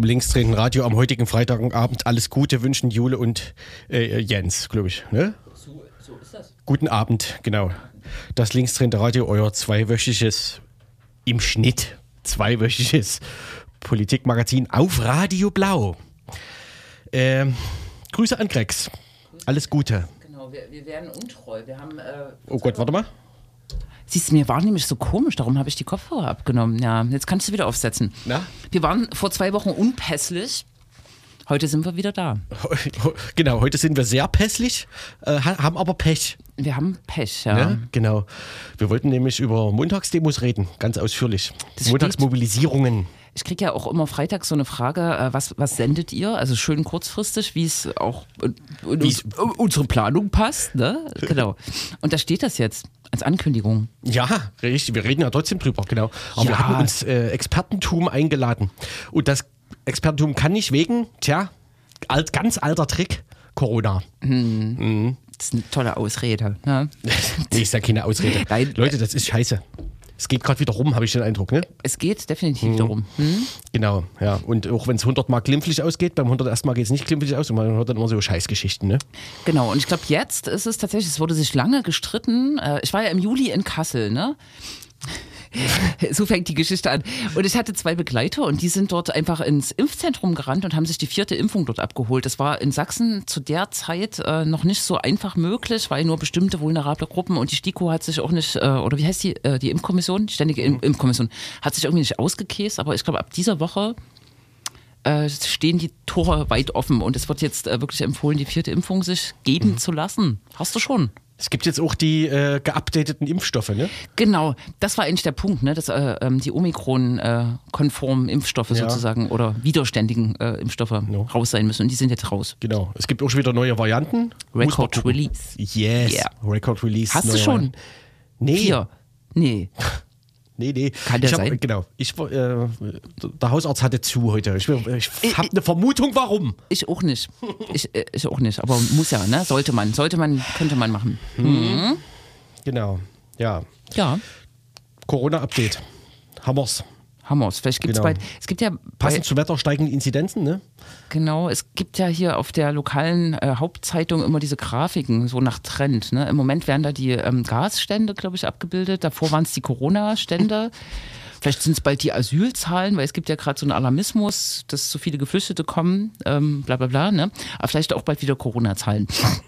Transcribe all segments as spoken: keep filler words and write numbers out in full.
zum linksdrehenden Radio am heutigen Freitagabend. Alles Gute wünschen Jule und äh, Jens, glaube ich. Ne? So, so ist das. Guten Abend, genau. Das linksdrehende Radio, euer zweiwöchiges, im Schnitt zweiwöchiges Politikmagazin auf Radio Blau. Ähm, Grüße an Grex. Alles Gute. Genau, wir, wir werden untreu. Wir haben, äh, oh Gott, warte mal. Siehst du, mir war nämlich so komisch, darum habe ich die Kopfhörer abgenommen. Ja, jetzt kannst du wieder aufsetzen. Na? Wir waren vor zwei Wochen unpässlich. Heute sind wir wieder da. Genau, heute sind wir sehr pässlich, äh, haben aber Pech. Wir haben Pech, ja. ja. Genau. Wir wollten nämlich über Montagsdemos reden, ganz ausführlich. Das Montagsmobilisierungen. Ich kriege ja auch immer freitags so eine Frage, was, was sendet ihr? Also schön kurzfristig, wie es auch in, in uns, unsere Planung passt. Ne? Genau. Und da steht das jetzt als Ankündigung. Ja, richtig. Wir reden ja trotzdem drüber, genau. Aber ja. wir haben uns äh, Expertentum eingeladen. Und das Expertentum kann nicht wegen, tja, alt, ganz alter Trick, Corona. Hm. Mhm. Das ist eine tolle Ausrede. Ne? Nee, ist ja keine Ausrede. Nein. Leute, das ist scheiße. Es geht gerade wieder rum, habe ich den Eindruck, ne? Es geht definitiv mhm. darum. Hm? Genau, ja. Und auch wenn es hundert Mal glimpflich ausgeht, beim hundertsten Mal geht es nicht glimpflich aus und man hört dann immer so Scheißgeschichten, ne? Genau, und ich glaube, jetzt ist es tatsächlich, es wurde sich lange gestritten. Ich war ja im Juli in Kassel, ne? So fängt die Geschichte an. Und ich hatte zwei Begleiter und die sind dort einfach ins Impfzentrum gerannt und haben sich die vierte Impfung dort abgeholt. Das war in Sachsen zu der Zeit äh, noch nicht so einfach möglich, weil nur bestimmte vulnerable Gruppen und die STIKO hat sich auch nicht, äh, oder wie heißt die, äh, die Impfkommission, die ständige Im- Impfkommission, hat sich irgendwie nicht ausgekäst. Aber ich glaube, ab dieser Woche äh, stehen die Tore weit offen und es wird jetzt äh, wirklich empfohlen, die vierte Impfung sich geben mhm. zu lassen. Hast du schon? Es gibt jetzt auch die äh, geupdateten Impfstoffe, ne? Genau, das war eigentlich der Punkt, ne? dass äh, die Omikron-konformen äh, Impfstoffe ja. sozusagen oder widerständigen äh, Impfstoffe no. raus sein müssen und die sind jetzt raus. Genau, es gibt auch schon wieder neue Varianten. Record Release. Yes, yeah. Record Release. Hast du schon? Varianten. Nee. Vier? Nee. Nee, nee. Kann der ich hab, sein? Genau. Ich, äh, der Hausarzt hatte zu heute. Ich, ich habe eine Vermutung, warum. Ich auch nicht. Ich, ich auch nicht. Aber muss ja, ne? Sollte man. Sollte man, könnte man machen. Mhm. Mhm. Genau. Ja. Ja. Corona-Update. Hammer's. Hammer's. Vielleicht gibt's genau. bald. Es gibt ja. Passend zu Wetter steigenden Inzidenzen, ne? Genau, es gibt ja hier auf der lokalen äh, Hauptzeitung immer diese Grafiken, so nach Trend. Ne? Im Moment werden da die ähm, Gasstände, glaube ich, abgebildet. Davor waren es die Corona-Stände. Vielleicht sind es bald die Asylzahlen, weil es gibt ja gerade so einen Alarmismus, dass so viele Geflüchtete kommen, ähm, bla bla bla. Ne? Aber vielleicht auch bald wieder Corona-Zahlen.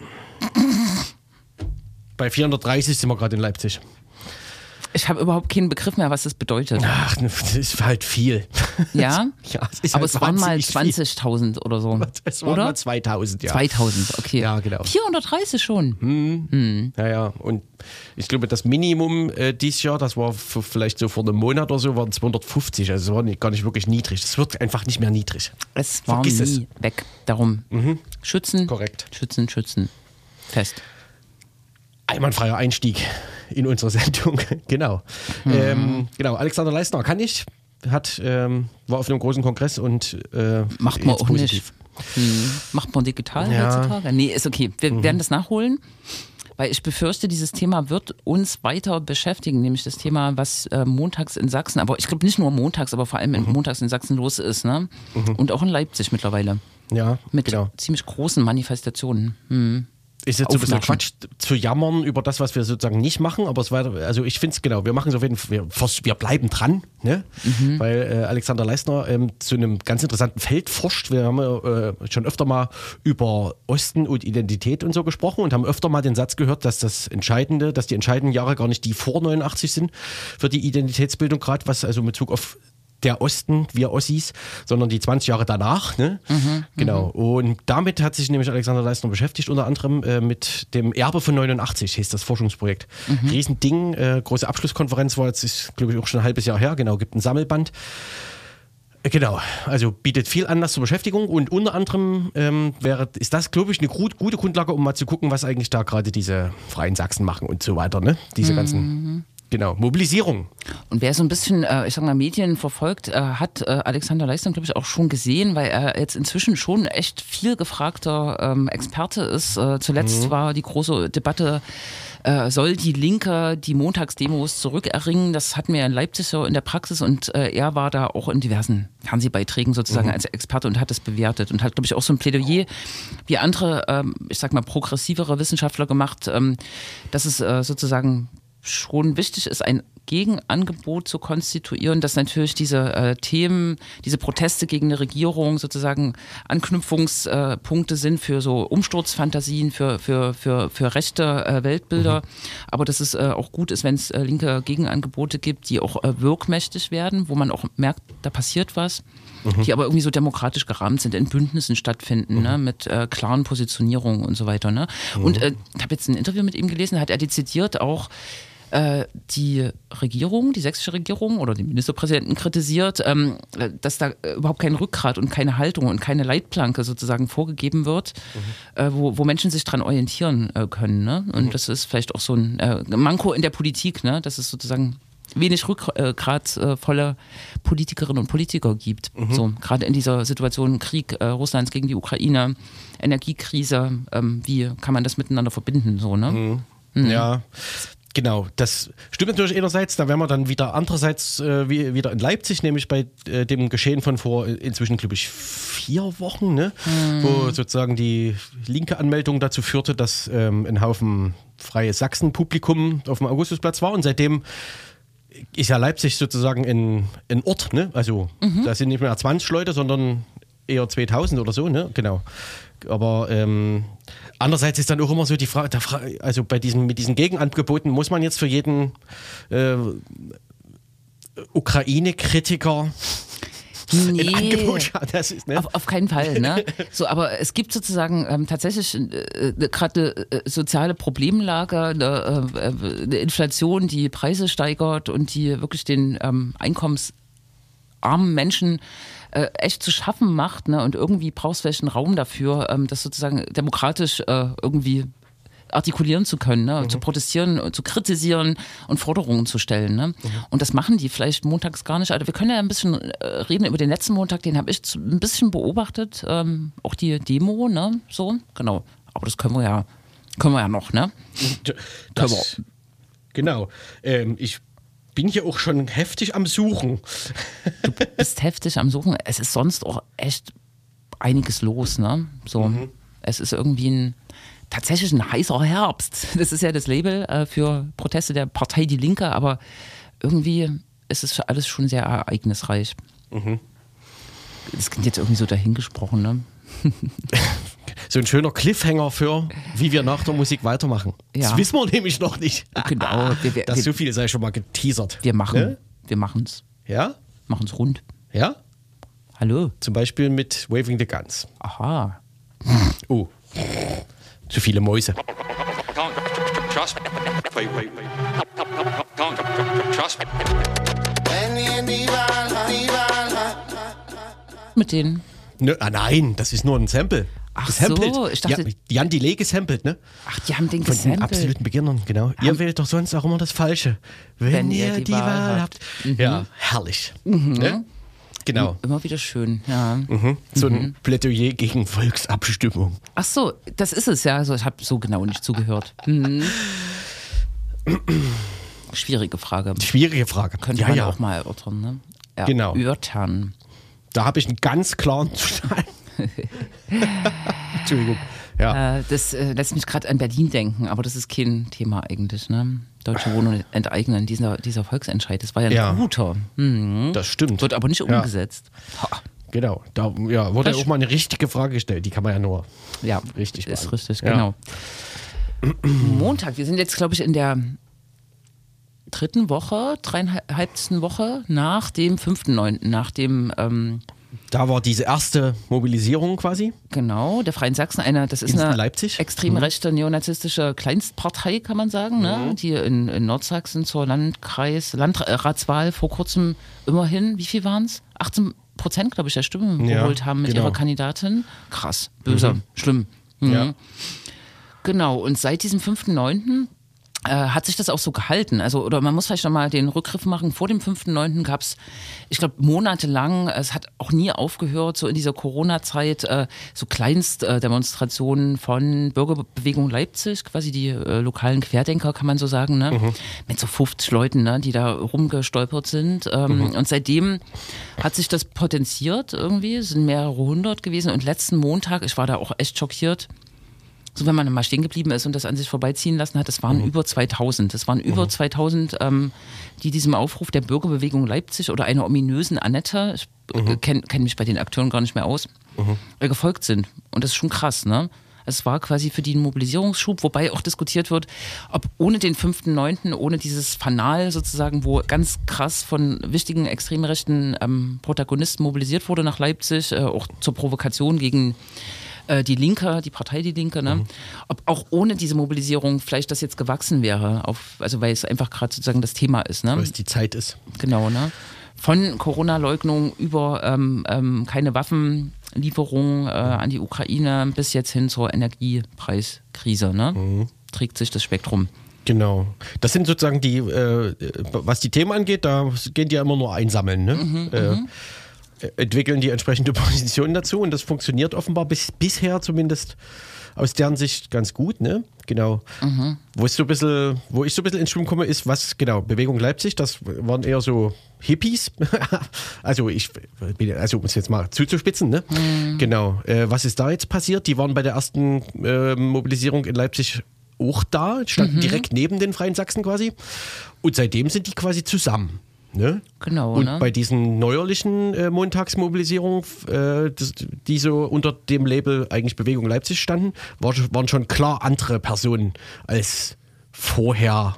Bei vierhundertdreißig sind wir gerade in Leipzig. Ich habe überhaupt keinen Begriff mehr, was das bedeutet. Ach, das ist halt viel. Ja? Ja, es ist aber halt es waren mal zwanzigtausend oder so. Es waren oder? mal zweitausend, ja. zweitausend, okay. Ja, genau. vierhundertdreißig schon. Hm. Hm. Ja, ja. Und ich glaube, das Minimum äh, dieses Jahr, das war f- vielleicht so vor einem Monat oder so, waren zweihundertfünfzig. Also es war nicht, gar nicht wirklich niedrig. Es wird einfach nicht mehr niedrig. Es war Vergiss nie es. weg. Darum Mhm. schützen, Korrekt. schützen, schützen. Fest. Einwandfreier Einstieg in unsere Sendung. Genau. Mhm. Ähm, genau. Alexander Leistner kann ich, hat, ähm, war auf einem großen Kongress und äh, macht man auch positiv. nicht. Hm. Macht man digital Ja. heutzutage? Nee, ist okay. Wir mhm. werden das nachholen, weil ich befürchte, dieses Thema wird uns weiter beschäftigen, nämlich das Thema, was äh, montags in Sachsen, aber ich glaube nicht nur montags, aber vor allem in, mhm. montags in Sachsen los ist, ne? Mhm. Und auch in Leipzig mittlerweile. Ja, mit genau. ziemlich großen Manifestationen. Hm. Ist jetzt so ein bisschen Aufmachen. Quatsch zu jammern über das, was wir sozusagen nicht machen, aber es war, also ich finde es genau, wir machen es auf jeden Fall, wir, wir bleiben dran, ne? Mhm. Weil äh, Alexander Leistner ähm, zu einem ganz interessanten Feld forscht. Wir haben äh, schon öfter mal über Osten und Identität und so gesprochen und haben öfter mal den Satz gehört, dass das Entscheidende, dass die entscheidenden Jahre gar nicht die vor neunundachtzig sind für die Identitätsbildung, gerade was also in Bezug auf der Osten, wir Ossis, sondern die zwanzig Jahre danach. Ne? Mhm, genau. Und damit hat sich nämlich Alexander Leistner beschäftigt, unter anderem äh, mit dem Erbe von neunundachtzig, hieß das Forschungsprojekt. Mhm. Riesending, äh, große Abschlusskonferenz war jetzt, ist, glaube ich, auch schon ein halbes Jahr her. Genau, gibt ein Sammelband. Äh, genau, also bietet viel Anlass zur Beschäftigung und unter anderem ähm, wäre, ist das, glaube ich, eine gut, gute Grundlage, um mal zu gucken, was eigentlich da gerade diese Freien Sachsen machen und so weiter. Ne? Diese mhm. ganzen... Genau, Mobilisierung. Und wer so ein bisschen, äh, ich sag mal, Medien verfolgt, äh, hat äh, Alexander Leisner, glaube ich, auch schon gesehen, weil er jetzt inzwischen schon echt viel gefragter ähm, Experte ist. Äh, zuletzt mhm. war die große Debatte, äh, soll die Linke die Montagsdemos zurückerringen? Das hatten wir ja in Leipzig so in der Praxis und äh, er war da auch in diversen Fernsehbeiträgen sozusagen mhm. als Experte und hat das bewertet und hat, glaube ich, auch so ein Plädoyer wie andere, ähm, ich sag mal, progressivere Wissenschaftler gemacht, ähm, dass es äh, sozusagen schon wichtig ist, ein Gegenangebot zu konstituieren, dass natürlich diese äh, Themen, diese Proteste gegen eine Regierung sozusagen Anknüpfungspunkte äh, sind für so Umsturzfantasien, für, für, für, für rechte äh, Weltbilder, mhm. aber dass es äh, auch gut ist, wenn es äh, linke Gegenangebote gibt, die auch äh, wirkmächtig werden, wo man auch merkt, da passiert was, mhm. die aber irgendwie so demokratisch gerahmt sind, in Bündnissen stattfinden, mhm. ne, mit äh, klaren Positionierungen und so weiter. Ne? Mhm. Und äh, ich habe jetzt ein Interview mit ihm gelesen, da hat er dezidiert auch die Regierung, die sächsische Regierung oder den Ministerpräsidenten kritisiert, ähm, dass da überhaupt kein Rückgrat und keine Haltung und keine Leitplanke sozusagen vorgegeben wird, mhm. äh, wo, wo Menschen sich dran orientieren äh, können. Ne? Und mhm. das ist vielleicht auch so ein äh, Manko in der Politik, ne? Dass es sozusagen wenig rückgratvolle Politikerinnen und Politiker gibt. Mhm. So, gerade in dieser Situation Krieg äh, Russlands gegen die Ukraine, Energiekrise, ähm, wie kann man das miteinander verbinden? So, ne? Mhm. Mhm. Ja. Genau, das stimmt natürlich einerseits, da wären wir dann wieder andererseits äh, wie, wieder in Leipzig, nämlich bei äh, dem Geschehen von vor inzwischen, glaube ich, vier Wochen, ne? Hm. Wo sozusagen die linke Anmeldung dazu führte, dass ähm, ein Haufen freie Sachsen-Publikum auf dem Augustusplatz war und seitdem ist ja Leipzig sozusagen ein, ein Ort, ne? Also mhm. da sind nicht mehr zwanzig Leute, sondern eher zweitausend oder so, ne? Genau. Aber ähm, andererseits ist dann auch immer so die Frage, also bei diesen, mit diesen Gegenangeboten muss man jetzt für jeden äh, Ukraine-Kritiker nee, ein Angebot haben. Das ist, ne? auf, auf keinen Fall. Ne? So, aber es gibt sozusagen ähm, tatsächlich äh, gerade eine äh, soziale Problemlage, eine, äh, eine Inflation, die Preise steigert und die wirklich den ähm, einkommensarmen Menschen Äh, echt zu schaffen macht, ne? Und irgendwie brauchst du vielleicht einen Raum dafür, ähm, das sozusagen demokratisch äh, irgendwie artikulieren zu können, ne? Mhm. Zu protestieren, zu kritisieren und Forderungen zu stellen. Ne? Mhm. Und das machen die vielleicht montags gar nicht. Also wir können ja ein bisschen äh, reden über den letzten Montag, den habe ich zu, ein bisschen beobachtet, ähm, auch die Demo, ne? So, genau. Aber das können wir ja, können wir ja noch, ne? Das, genau. Ähm, ich bin hier auch schon heftig am Suchen. Du bist heftig am Suchen. Es ist sonst auch echt einiges los, ne? So, mhm. Es ist irgendwie ein tatsächlich ein heißer Herbst. Das ist ja das Label äh, für Proteste der Partei Die Linke, aber irgendwie ist es alles schon sehr ereignisreich. Mhm. Das klingt jetzt irgendwie so dahingesprochen, ne? So ein schöner Cliffhanger für, wie wir nach der Musik weitermachen. Ja. Das wissen wir nämlich noch nicht. Genau. Wir, wir, das so viel sei schon mal geteasert. Wir machen ne? Wir machen's. Ja? Machen's rund. Ja? Hallo. Zum Beispiel mit Waving the Guns. Aha. Oh. Zu viele Mäuse. Mit denen? Ne, ah nein, das ist nur ein Sample. Ach gesampelt. so, ich dachte... Ja, die haben die Lee gesampelt, ne? Ach, die haben den Von gesampelt. den absoluten Beginnern, genau. Haben ihr wählt doch sonst auch immer das Falsche. Wenn, Wenn ihr die, die Wahl, Wahl habt. Mhm. Ja, herrlich. Mhm. Ne? Genau. Immer wieder schön, ja. Mhm. So ein mhm. Plädoyer gegen Volksabstimmung. Ach so, das ist es ja. Also ich habe so genau nicht zugehört. Mhm. Schwierige Frage. Schwierige Frage. Könnte ja, man ja auch mal erörtern, ne? Ja, genau. Erörtern. Da habe ich einen ganz klaren Stein. Entschuldigung. Ja. Äh, das äh, lässt mich gerade an Berlin denken, aber das ist kein Thema eigentlich. Ne? Deutsche Wohnungen enteignen, dieser, dieser Volksentscheid, das war ja ein ja. guter. Mhm. Das stimmt. Wird aber nicht umgesetzt. Ja. Genau, da ja, wurde ja auch mal eine richtige Frage gestellt, die kann man ja nur ja, richtig ist machen. richtig, genau. Ja. Montag, wir sind jetzt glaube ich in der dritten Woche, dreieinhalbsten Woche nach dem fünften neunten, nach dem ähm, da war diese erste Mobilisierung quasi. Genau, der Freien Sachsen, eine, das ist in eine Leipzig. extrem rechte neonazistische Kleinstpartei, kann man sagen, mhm. ne? Die in, in Nordsachsen zur Landkreis, Landratswahl vor kurzem immerhin, wie viel waren es? achtzehn Prozent, glaube ich, der Stimmen ja, geholt haben mit genau. ihrer Kandidatin. Krass, böse, mhm. schlimm. Mhm. Ja. Genau, und seit diesem fünften neunten äh, hat sich das auch so gehalten. Also, oder man muss vielleicht nochmal den Rückgriff machen. Vor dem fünften neunten gab es, ich glaube, monatelang, es hat auch nie aufgehört, so in dieser Corona-Zeit, äh, so Kleinstdemonstrationen von Bürgerbewegung Leipzig, quasi die äh, lokalen Querdenker, kann man so sagen, ne? Mhm. Mit so fünfzig Leuten, ne, die da rumgestolpert sind. Ähm, mhm. Und seitdem hat sich das potenziert irgendwie, es sind mehrere hundert gewesen. Und letzten Montag, ich war da auch echt schockiert, so wenn man mal stehen geblieben ist und das an sich vorbeiziehen lassen hat, es waren mhm. über zweitausend. Es waren mhm. über zweitausend, ähm, die diesem Aufruf der Bürgerbewegung Leipzig oder einer ominösen Annette, ich mhm. kenne kenn mich bei den Akteuren gar nicht mehr aus, mhm. äh, gefolgt sind. Und das ist schon krass, ne? Es war quasi für die einen Mobilisierungsschub, wobei auch diskutiert wird, ob ohne den fünften neunten, ohne dieses Fanal sozusagen, wo ganz krass von wichtigen extrem rechten ähm, Protagonisten mobilisiert wurde nach Leipzig, äh, auch zur Provokation gegen die Linke, die Partei Die Linke, ne? Mhm. Ob auch ohne diese Mobilisierung vielleicht das jetzt gewachsen wäre, auf, also weil es einfach gerade sozusagen das Thema ist. Ne? Weil es die Zeit ist. Genau, ne? Von Corona-Leugnung über ähm, ähm, keine Waffenlieferung äh, an die Ukraine bis jetzt hin zur Energiepreiskrise, ne? Mhm. Trägt sich das Spektrum. Genau. Das sind sozusagen die, äh, was die Themen angeht, da gehen die ja immer nur einsammeln, ne? Mhm, äh, entwickeln die entsprechende Position dazu und das funktioniert offenbar bis, bisher zumindest aus deren Sicht ganz gut, ne? Genau. Mhm. Wo, ich so ein bisschen, wo ich so ein bisschen ins Schwimmen komme, ist was, genau, Bewegung Leipzig, das waren eher so Hippies. also ich, also um es jetzt mal zuzuspitzen, ne? Mhm. Genau. Äh, was ist da jetzt passiert? Die waren bei der ersten äh, Mobilisierung in Leipzig auch da, standen mhm. direkt neben den Freien Sachsen quasi und seitdem sind die quasi zusammen. Ne? Genau. Und ne? bei diesen neuerlichen äh, Montagsmobilisierungen, äh, das, die so unter dem Label eigentlich Bewegung Leipzig standen, war, waren schon klar andere Personen als vorher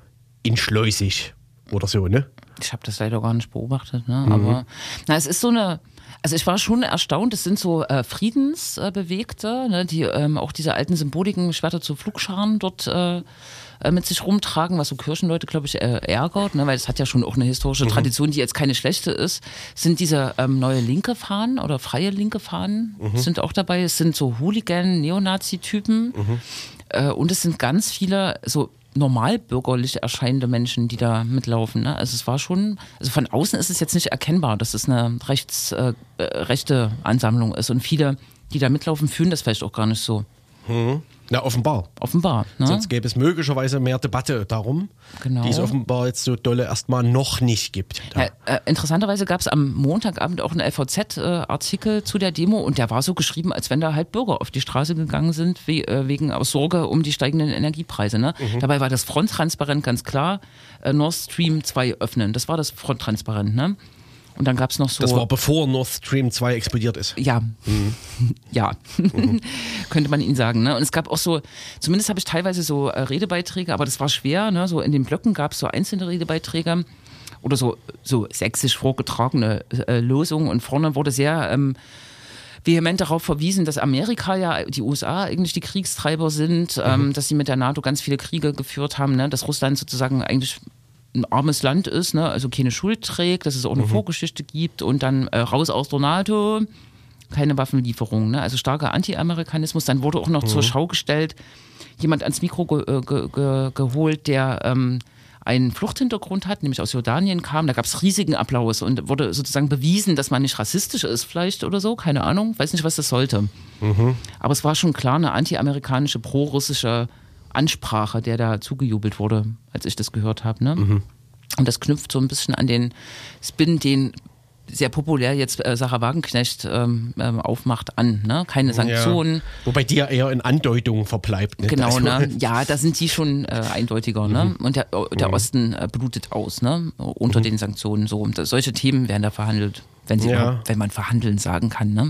in Schleusig oder so, ne? Ich habe das leider gar nicht beobachtet, ne? Mhm. Aber na, es ist so eine. Also ich war schon erstaunt, es sind so äh, Friedensbewegte, ne, die ähm, auch diese alten Symboliken, Schwerter zu Flugscharen dort äh, mit sich rumtragen, was so Kirchenleute, glaube ich, äh, ärgert, ne, weil es hat ja schon auch eine historische mhm. Tradition, die jetzt keine schlechte ist, sind diese ähm, neue linke Fahnen oder freie linke Fahnen mhm. sind auch dabei. Es sind so Hooligan, Neonazi-Typen mhm. äh, und es sind ganz viele so normalbürgerlich erscheinende Menschen, die da mitlaufen. Ne? Also es war schon, also von außen ist es jetzt nicht erkennbar, dass es eine rechts, äh, rechte Ansammlung ist und viele, die da mitlaufen, fühlen das vielleicht auch gar nicht so. Mhm. Na, offenbar. Offenbar. Ne? Sonst gäbe es möglicherweise mehr Debatte darum, genau. die es offenbar jetzt so dolle erstmal noch nicht gibt. Ja, äh, interessanterweise gab es am Montagabend auch einen L V Z-Artikel äh, zu der Demo und der war so geschrieben, als wenn da halt Bürger auf die Straße gegangen sind, we äh, wegen aus Sorge um die steigenden Energiepreise. Ne? Mhm. Dabei war das Fronttransparent ganz klar, äh, Nord Stream zwei öffnen. Das war das Fronttransparent, ne? Und dann gab es noch so. Das war bevor Nord Stream zwei explodiert ist. Ja. Mhm. Ja. Mhm. Könnte man Ihnen sagen. Ne? Und es gab auch so, zumindest habe ich teilweise so äh, Redebeiträge, aber das war schwer. Ne? So in den Blöcken gab es so einzelne Redebeiträge oder so, so sächsisch vorgetragene äh, Losungen. Und vorne wurde sehr ähm, vehement darauf verwiesen, dass Amerika ja, die U S A eigentlich die Kriegstreiber sind, mhm. ähm, dass sie mit der NATO ganz viele Kriege geführt haben, ne? Dass Russland sozusagen eigentlich ein armes Land ist, ne? Also keine Schuld trägt, dass es auch eine mhm. Vorgeschichte gibt und dann äh, raus aus der NATO, keine Waffenlieferungen, ne? Also starker Anti-Amerikanismus. Dann wurde auch noch mhm. zur Schau gestellt, jemand ans Mikro ge ge ge geholt, der ähm, einen Fluchthintergrund hat, nämlich aus Jordanien kam. Da gab es riesigen Applaus und wurde sozusagen bewiesen, dass man nicht rassistisch ist vielleicht oder so, keine Ahnung, weiß nicht, was das sollte. Mhm. Aber es war schon klar eine anti-amerikanische, pro-russische Ansprache, der da zugejubelt wurde, als ich das gehört habe. Ne? Mhm. Und das knüpft so ein bisschen an den Spin, den sehr populär jetzt äh, Sarah Wagenknecht ähm, ähm, aufmacht, an. Ne? Keine Sanktionen. Ja. Wobei die ja eher in Andeutungen verbleibt. Ne? Genau, ne? Ja, da sind die schon äh, eindeutiger. Mhm. Ne? Und der, der mhm. Osten äh, blutet aus, ne? Unter mhm. den Sanktionen. So. Und solche Themen werden da verhandelt, wenn, sie ja. mal, wenn man verhandeln sagen kann. Ne?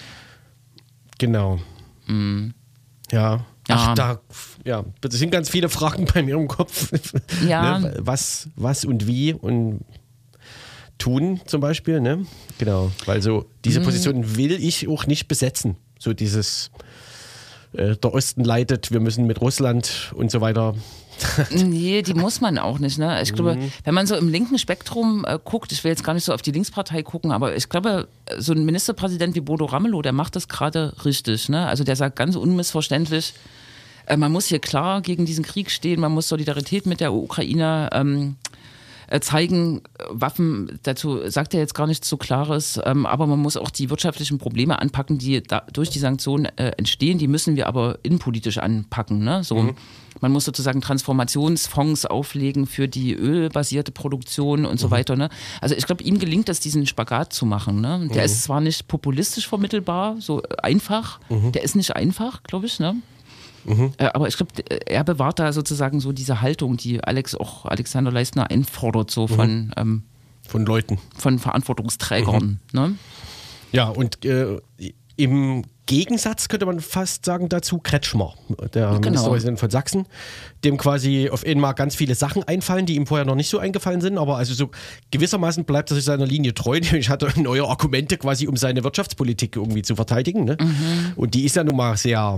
Genau. Mhm. Ja. Ach, ja. da ja, das sind ganz viele Fragen bei mir im Kopf. Ja. Ne? Was, was und wie und tun zum Beispiel, ne? Genau, weil so diese mhm. Position will ich auch nicht besetzen. So dieses äh, der Osten leidet, wir müssen mit Russland und so weiter. Nee, die muss man auch nicht. Ne? Ich glaube, mhm. wenn man so im linken Spektrum äh, guckt, ich will jetzt gar nicht so auf die Linkspartei gucken, aber ich glaube, so ein Ministerpräsident wie Bodo Ramelow, der macht das gerade richtig. Ne? Also der sagt ganz unmissverständlich, Äh, man muss hier klar gegen diesen Krieg stehen, man muss Solidarität mit der Ukraine ähm, zeigen. Waffen, dazu sagt er jetzt gar nichts so Klares, ähm, aber man muss auch die wirtschaftlichen Probleme anpacken, die da durch die Sanktionen äh, entstehen, die müssen wir aber innenpolitisch anpacken. Ne? So, mhm. Man muss sozusagen Transformationsfonds auflegen für die ölbasierte Produktion und so mhm. weiter. Ne? Also ich glaube, ihm gelingt es, diesen Spagat zu machen. Ne? Der mhm. ist zwar nicht populistisch vermittelbar, so einfach, mhm. der ist nicht einfach, glaube ich, ne? Mhm. Aber ich glaube, er bewahrt da sozusagen so diese Haltung, die Alex auch Alexander Leistner einfordert, so von, mhm. ähm, von Leuten. Von Verantwortungsträgern. Mhm. Ne? Ja, und äh, im Gegensatz könnte man fast sagen dazu Kretschmer, der genau. Ministerpräsident von Sachsen, dem quasi auf einmal ganz viele Sachen einfallen, die ihm vorher noch nicht so eingefallen sind, aber also so gewissermaßen bleibt er sich seiner Linie treu. Ich hatte neue Argumente quasi, um seine Wirtschaftspolitik irgendwie zu verteidigen. Ne? Mhm. Und die ist ja nun mal sehr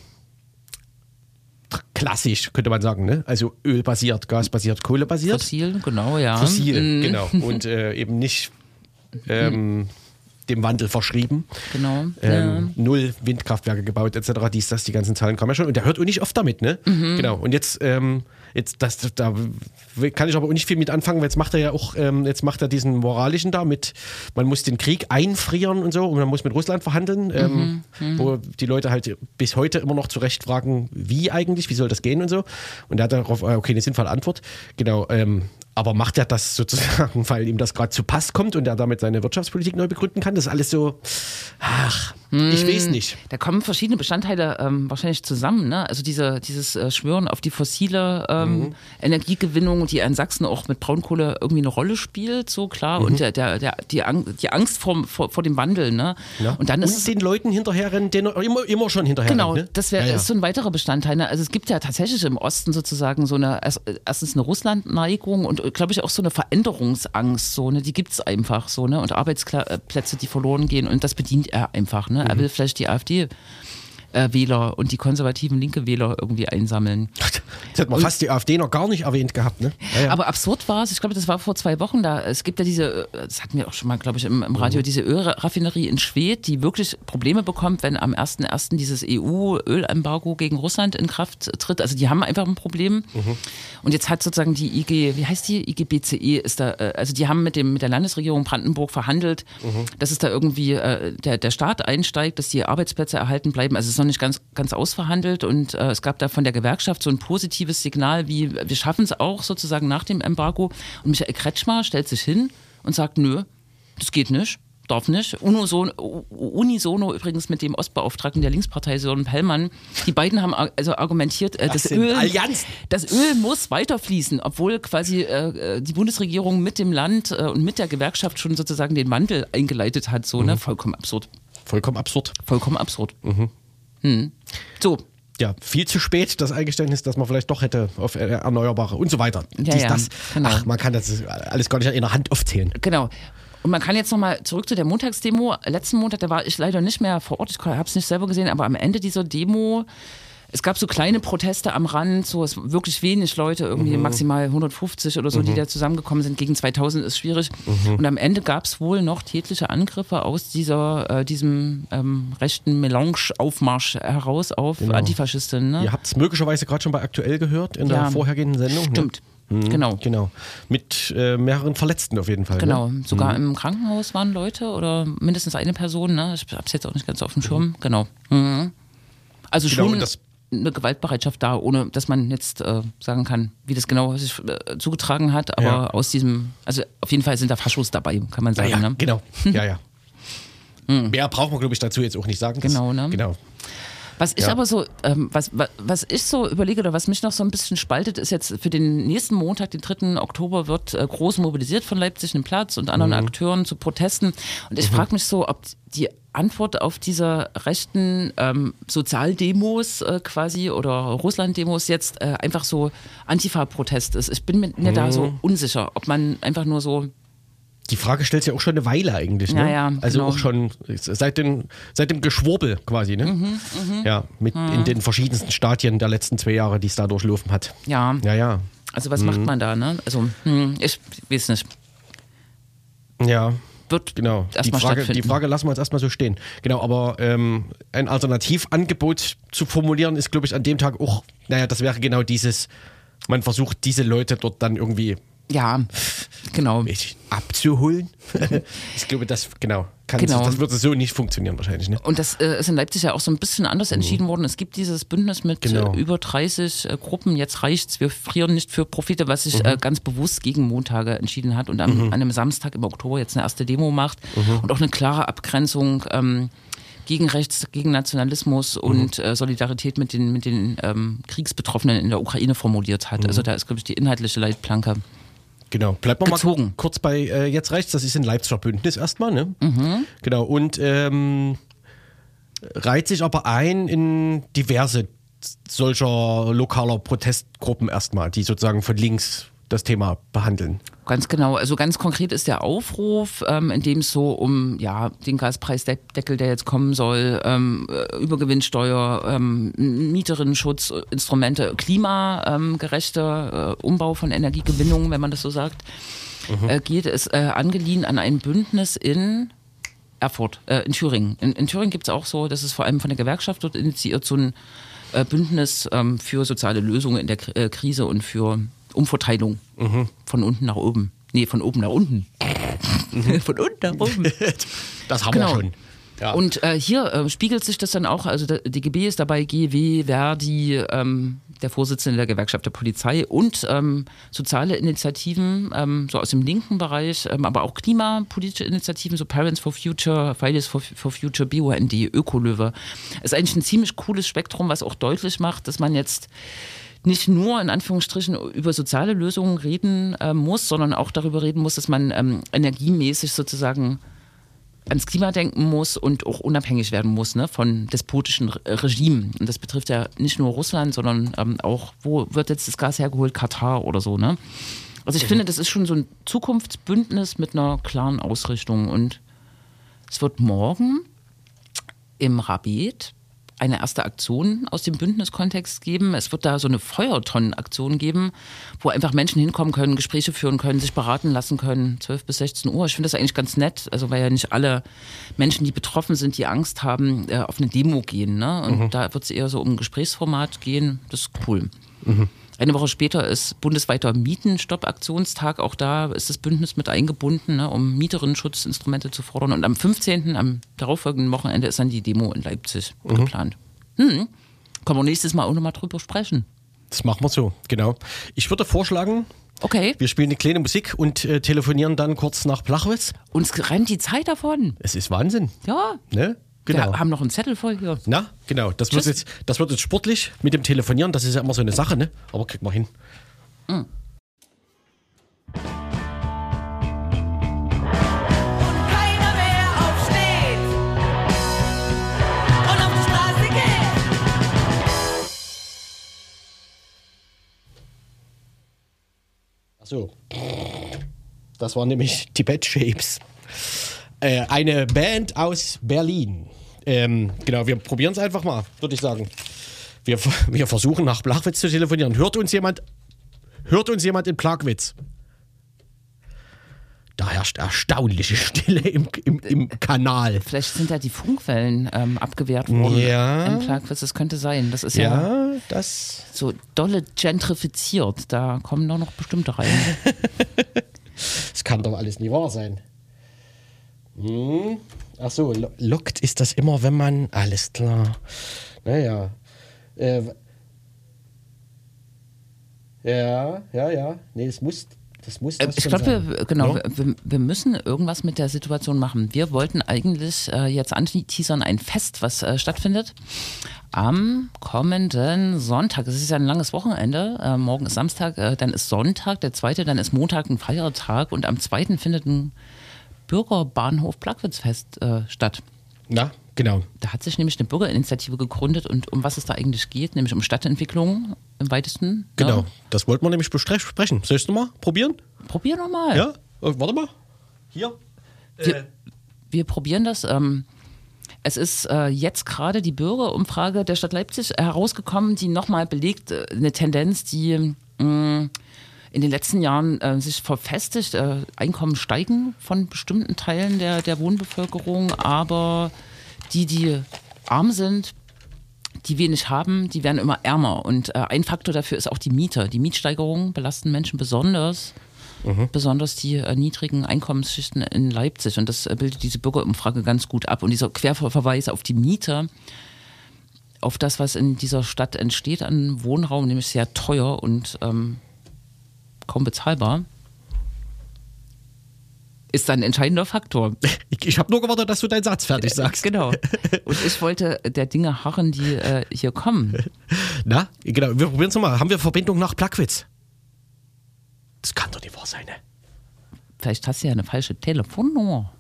klassisch, könnte man sagen, ne? Also ölbasiert, gasbasiert, kohlebasiert. Fossil, genau, ja. Fossil, mhm. genau. Und äh, eben nicht ähm, dem Wandel verschrieben. Genau. Ähm, ja. Null Windkraftwerke gebaut, et cetera. Dies, das, die ganzen Zahlen kommen ja schon. Und der hört auch nicht oft damit, ne? Mhm. Genau. Und jetzt, ähm, jetzt das, da kann ich aber auch nicht viel mit anfangen, weil jetzt macht er ja auch, ähm, jetzt macht er diesen moralischen da mit, man muss den Krieg einfrieren und so und man muss mit Russland verhandeln, ähm, mhm. wo die Leute halt bis heute immer noch zu Recht fragen, wie eigentlich, wie soll das gehen und so. Und er hat darauf, okay, eine sinnvolle Antwort. Genau, ähm, aber macht er das sozusagen, weil ihm das gerade zu Pass kommt und er damit seine Wirtschaftspolitik neu begründen kann? Das ist alles so, ach, hm, ich weiß nicht. Da kommen verschiedene Bestandteile ähm, wahrscheinlich zusammen. Ne? Also diese, dieses äh, Schwören auf die fossile ähm, mhm. Energiegewinnung, die in Sachsen auch mit Braunkohle irgendwie eine Rolle spielt, so klar. Mhm. Und der, der, der, die, Angst, die Angst vor, vor, vor dem Wandel. Ne? Ja. Und dann ist und den Leuten hinterherrennen, denen immer, immer schon hinterherrennen. Genau, ne? Das wäre ja, ja. so ein weiterer Bestandteil. Ne? Also es gibt ja tatsächlich im Osten sozusagen so eine, erstens eine Russland-Neigung und glaube ich auch so eine Veränderungsangst, so, ne? Die gibt es einfach so, ne? Und Arbeitsplätze, die verloren gehen und das bedient er einfach. Ne? Mhm. Er will vielleicht die AfD-Wähler und die konservativen linke Wähler irgendwie einsammeln. Das hat man und, fast die AfD noch gar nicht erwähnt gehabt, ne? Ja, ja. Aber absurd war es, ich glaube, das war vor zwei Wochen da, es gibt ja diese, das hatten wir auch schon mal, glaube ich, im, im Radio, mhm. diese Ölraffinerie in Schwedt, die wirklich Probleme bekommt, wenn am ersten ersten dieses E U-Ölembargo gegen Russland in Kraft tritt. Also die haben einfach ein Problem. Mhm. Und jetzt hat sozusagen die I G, wie heißt die? I G B C E ist da, also die haben mit dem mit der Landesregierung Brandenburg verhandelt, mhm. dass es da irgendwie äh, der, der Staat einsteigt, dass die Arbeitsplätze erhalten bleiben. Also es ist noch nicht ganz, ganz ausverhandelt und äh, es gab da von der Gewerkschaft so ein positives Signal, wie wir schaffen es auch sozusagen nach dem Embargo. Und Michael Kretschmer stellt sich hin und sagt, nö, das geht nicht. Darf nicht. Unisono, unisono übrigens mit dem Ostbeauftragten der Linkspartei Sören Pellmann. Die beiden haben also argumentiert, äh, das, das, Öl, das Öl muss weiterfließen, obwohl quasi äh, die Bundesregierung mit dem Land äh, und mit der Gewerkschaft schon sozusagen den Wandel eingeleitet hat. So, mhm. ne? Vollkommen absurd. Vollkommen absurd. Vollkommen absurd. Mhm. Hm. So. Ja, viel zu spät das Eingeständnis, dass man vielleicht doch hätte auf Erneuerbare und so weiter. Ja, Dies, ja, das. Genau. Ach, man kann das alles gar nicht in der Hand aufzählen. Genau. Und man kann jetzt nochmal zurück zu der Montagsdemo. Letzten Montag, da war ich leider nicht mehr vor Ort, ich habe es nicht selber gesehen, aber am Ende dieser Demo, es gab so kleine Proteste am Rand, so es wirklich wenig Leute, irgendwie mhm. maximal hundertfünfzig oder so, mhm. die da zusammengekommen sind. Gegen zweitausend ist schwierig. Mhm. Und am Ende gab es wohl noch tätliche Angriffe aus dieser, äh, diesem ähm, rechten Melange-Aufmarsch heraus auf genau. Antifaschistinnen. Ne? Ihr habt es möglicherweise gerade schon bei Aktuell gehört in ja. der vorhergehenden Sendung. Stimmt. Ne? Mhm, genau. genau. Mit äh, mehreren Verletzten auf jeden Fall. Genau. Ne? Sogar mhm. im Krankenhaus waren Leute oder mindestens eine Person. Ne? Ich habe es jetzt auch nicht ganz auf dem Schirm. Mhm. Genau. Mhm. Also genau, schon das eine Gewaltbereitschaft da, ohne dass man jetzt äh, sagen kann, wie das genau sich äh, zugetragen hat. Aber ja. aus diesem, also auf jeden Fall sind da Faschos dabei, kann man sagen. Ja, ja, ne? genau. Ja, ja. mhm. Mehr braucht man, glaube ich, dazu jetzt auch nicht sagen. Das, genau, ne? Genau. Was ich ja. aber so, ähm, was, was, was ich so überlege oder was mich noch so ein bisschen spaltet, ist jetzt für den nächsten Montag, den dritten Oktober, wird äh, groß mobilisiert von Leipzig einen Platz und anderen mhm. Akteuren zu Protesten. Und ich mhm. frage mich so, ob die Antwort auf diese rechten ähm, Sozialdemos äh, quasi oder Russland-Demos jetzt äh, einfach so Antifa-Protest ist. Ich bin mir mhm. da so unsicher, ob man einfach nur so. Die Frage stellt sich ja auch schon eine Weile eigentlich, ne? Ja, ja, also genau. auch schon seit, den, seit dem Geschwurbel quasi, ne? Mhm, mh. Ja, mit mhm. in den verschiedensten Stadien der letzten zwei Jahre, die es da durchlaufen hat. Ja. Ja, ja. Also was mhm. macht man da, ne? Also, hm, ich weiß nicht. Ja, wird genau. erstmal die Frage, stattfinden. Die Frage lassen wir jetzt erstmal so stehen. Genau, aber ähm, ein Alternativangebot zu formulieren ist, glaube ich, an dem Tag auch, naja, das wäre genau dieses, man versucht diese Leute dort dann irgendwie ja, genau. abzuholen. Ich glaube, das, genau, kann Genau. So, das würde so nicht funktionieren wahrscheinlich. Ne? Und das äh, ist in Leipzig ja auch so ein bisschen anders entschieden worden. Es gibt dieses Bündnis mit Genau. äh, über dreißig äh, Gruppen. Jetzt reicht's. Wir frieren nicht für Profite, was sich Mhm. äh, ganz bewusst gegen Montage entschieden hat und am, Mhm. an einem Samstag im Oktober jetzt eine erste Demo macht mhm. und auch eine klare Abgrenzung ähm, gegen Rechts, gegen Nationalismus mhm. und äh, Solidarität mit den, mit den ähm, Kriegsbetroffenen in der Ukraine formuliert hat. Mhm. Also da ist, glaube ich, die inhaltliche Leitplanke. Genau, bleibt mal gezogen. kurz bei äh, Jetzt reicht's, das ist ein Leipziger Bündnis erstmal, ne? Mhm. Genau, und ähm, reiht sich aber ein in diverse solcher lokaler Protestgruppen erstmal, die sozusagen von links das Thema behandeln. Ganz genau. Also ganz konkret ist der Aufruf, ähm, in dem es so um ja, den Gaspreisdeckel, der jetzt kommen soll, ähm, Übergewinnsteuer, ähm, Mieterinnenschutz, Instrumente, klimagerechter äh, Umbau von Energiegewinnung, wenn man das so sagt, mhm. äh, geht es äh, angeliehen an ein Bündnis in Erfurt, äh, in Thüringen. In, in Thüringen gibt es auch so, das ist vor allem von der Gewerkschaft dort initiiert, so ein äh, Bündnis ähm, für soziale Lösungen in der K- äh, Krise und für Umverteilung mhm. von unten nach oben. Nee, von oben nach unten. Mhm. Von unten nach oben. Das haben genau. wir schon. Ja. Und äh, hier äh, spiegelt sich das dann auch, also der D G B ist dabei, G W, Verdi, ähm, der Vorsitzende der Gewerkschaft der Polizei und ähm, soziale Initiativen, ähm, so aus dem linken Bereich, ähm, aber auch klimapolitische Initiativen, so Parents for Future, Fridays for, for Future, B U N D, Ökolöwe. Ist eigentlich ein ziemlich cooles Spektrum, was auch deutlich macht, dass man jetzt nicht nur in Anführungsstrichen über soziale Lösungen reden äh, muss, sondern auch darüber reden muss, dass man ähm, energiemäßig sozusagen ans Klima denken muss und auch unabhängig werden muss, ne, von despotischen Re- Regimen. Und das betrifft ja nicht nur Russland, sondern ähm, auch, wo wird jetzt das Gas hergeholt? Katar oder so. Ne? Also ich mhm. finde, das ist schon so ein Zukunftsbündnis mit einer klaren Ausrichtung. Und es wird morgen im Rabet eine erste Aktion aus dem Bündniskontext geben. Es wird da so eine Feuertonnenaktion geben, wo einfach Menschen hinkommen können, Gespräche führen können, sich beraten lassen können, zwölf bis sechzehn Uhr. Ich finde das eigentlich ganz nett, also weil ja nicht alle Menschen, die betroffen sind, die Angst haben, äh, auf eine Demo gehen. Ne? Und mhm. da wird es eher so um ein Gesprächsformat gehen. Das ist cool. Mhm. Eine Woche später ist bundesweiter Mietenstopp-Aktionstag. Auch da ist das Bündnis mit eingebunden, ne, um Mieterinnenschutzinstrumente zu fordern. Und am fünfzehnten, am darauffolgenden Wochenende, ist dann die Demo in Leipzig mhm. geplant. Hm. Können wir nächstes Mal auch nochmal drüber sprechen. Das machen wir so, genau. Ich würde vorschlagen, okay. wir spielen eine kleine Musik und äh, telefonieren dann kurz nach Plachwitz. Uns rennt die Zeit davon. Es ist Wahnsinn. Ja. Ne? Genau. Wir haben noch einen Zettel voll hier. Na, genau. Das wird, jetzt, das wird jetzt sportlich mit dem Telefonieren. Das ist ja immer so eine Sache, ne? Aber kriegt man hin. Mhm. So, das war nämlich Tibet Shapes. Äh, eine Band aus Berlin. Ähm, genau, wir probieren es einfach mal, würde ich sagen. Wir, wir versuchen nach Plachwitz zu telefonieren. Hört uns jemand, hört uns jemand in Plagwitz? Da herrscht erstaunliche Stille im, im, im Kanal. Vielleicht sind da die Funkwellen ähm, abgewehrt worden ja. im Plagwitz. Das könnte sein. Das ist ja, ja das so dolle gentrifiziert. Da kommen doch noch bestimmte rein. Das kann doch alles nie wahr sein. Hm. Ach so, lo- lockt ist das immer, wenn man... Alles klar. Naja. Äh, ja, ja, ja. Nee, es muss... Das muss das ich schon glaube, sein. wir, genau, Ja? wir, wir müssen irgendwas mit der Situation machen. Wir wollten eigentlich äh, jetzt anteasern ein Fest, was äh, stattfindet am kommenden Sonntag. Es ist ja ein langes Wochenende. Äh, morgen ist Samstag, äh, dann ist Sonntag, der zweite, dann ist Montag ein Feiertag und am zweiten findet ein Bürgerbahnhof Plagwitzfest äh, statt. Na, genau. Da hat sich nämlich eine Bürgerinitiative gegründet und um was es da eigentlich geht, nämlich um Stadtentwicklung im weitesten. Genau, Ja. das wollten wir nämlich besprechen. Soll ich es nochmal probieren? Probier nochmal. Ja, äh, warte mal. Hier. Wir, Äh. wir probieren das. Ähm, es ist äh, jetzt gerade die Bürgerumfrage der Stadt Leipzig herausgekommen, die nochmal belegt, äh, eine Tendenz, die mh, in den letzten Jahren äh, sich verfestigt. Äh, Einkommen steigen von bestimmten Teilen der, der Wohnbevölkerung, aber die, die arm sind, die wenig haben, die werden immer ärmer. Und äh, ein Faktor dafür ist auch die Miete. Die Mietsteigerungen belasten Menschen besonders, mhm. besonders die äh, niedrigen Einkommensschichten in Leipzig. Und das äh, bildet diese Bürgerumfrage ganz gut ab. Und dieser Querverweis auf die Miete, auf das, was in dieser Stadt entsteht an Wohnraum, nämlich sehr teuer und ähm, kaum bezahlbar, ist ein entscheidender Faktor. Ich, ich habe nur gewartet, dass du deinen Satz fertig sagst. Genau. Und ich wollte der Dinge harren, die äh, hier kommen. Na, genau. Wir probieren es nochmal. Haben wir Verbindung nach Plagwitz? Das kann doch nicht wahr sein, ne? Vielleicht hast du ja eine falsche Telefonnummer.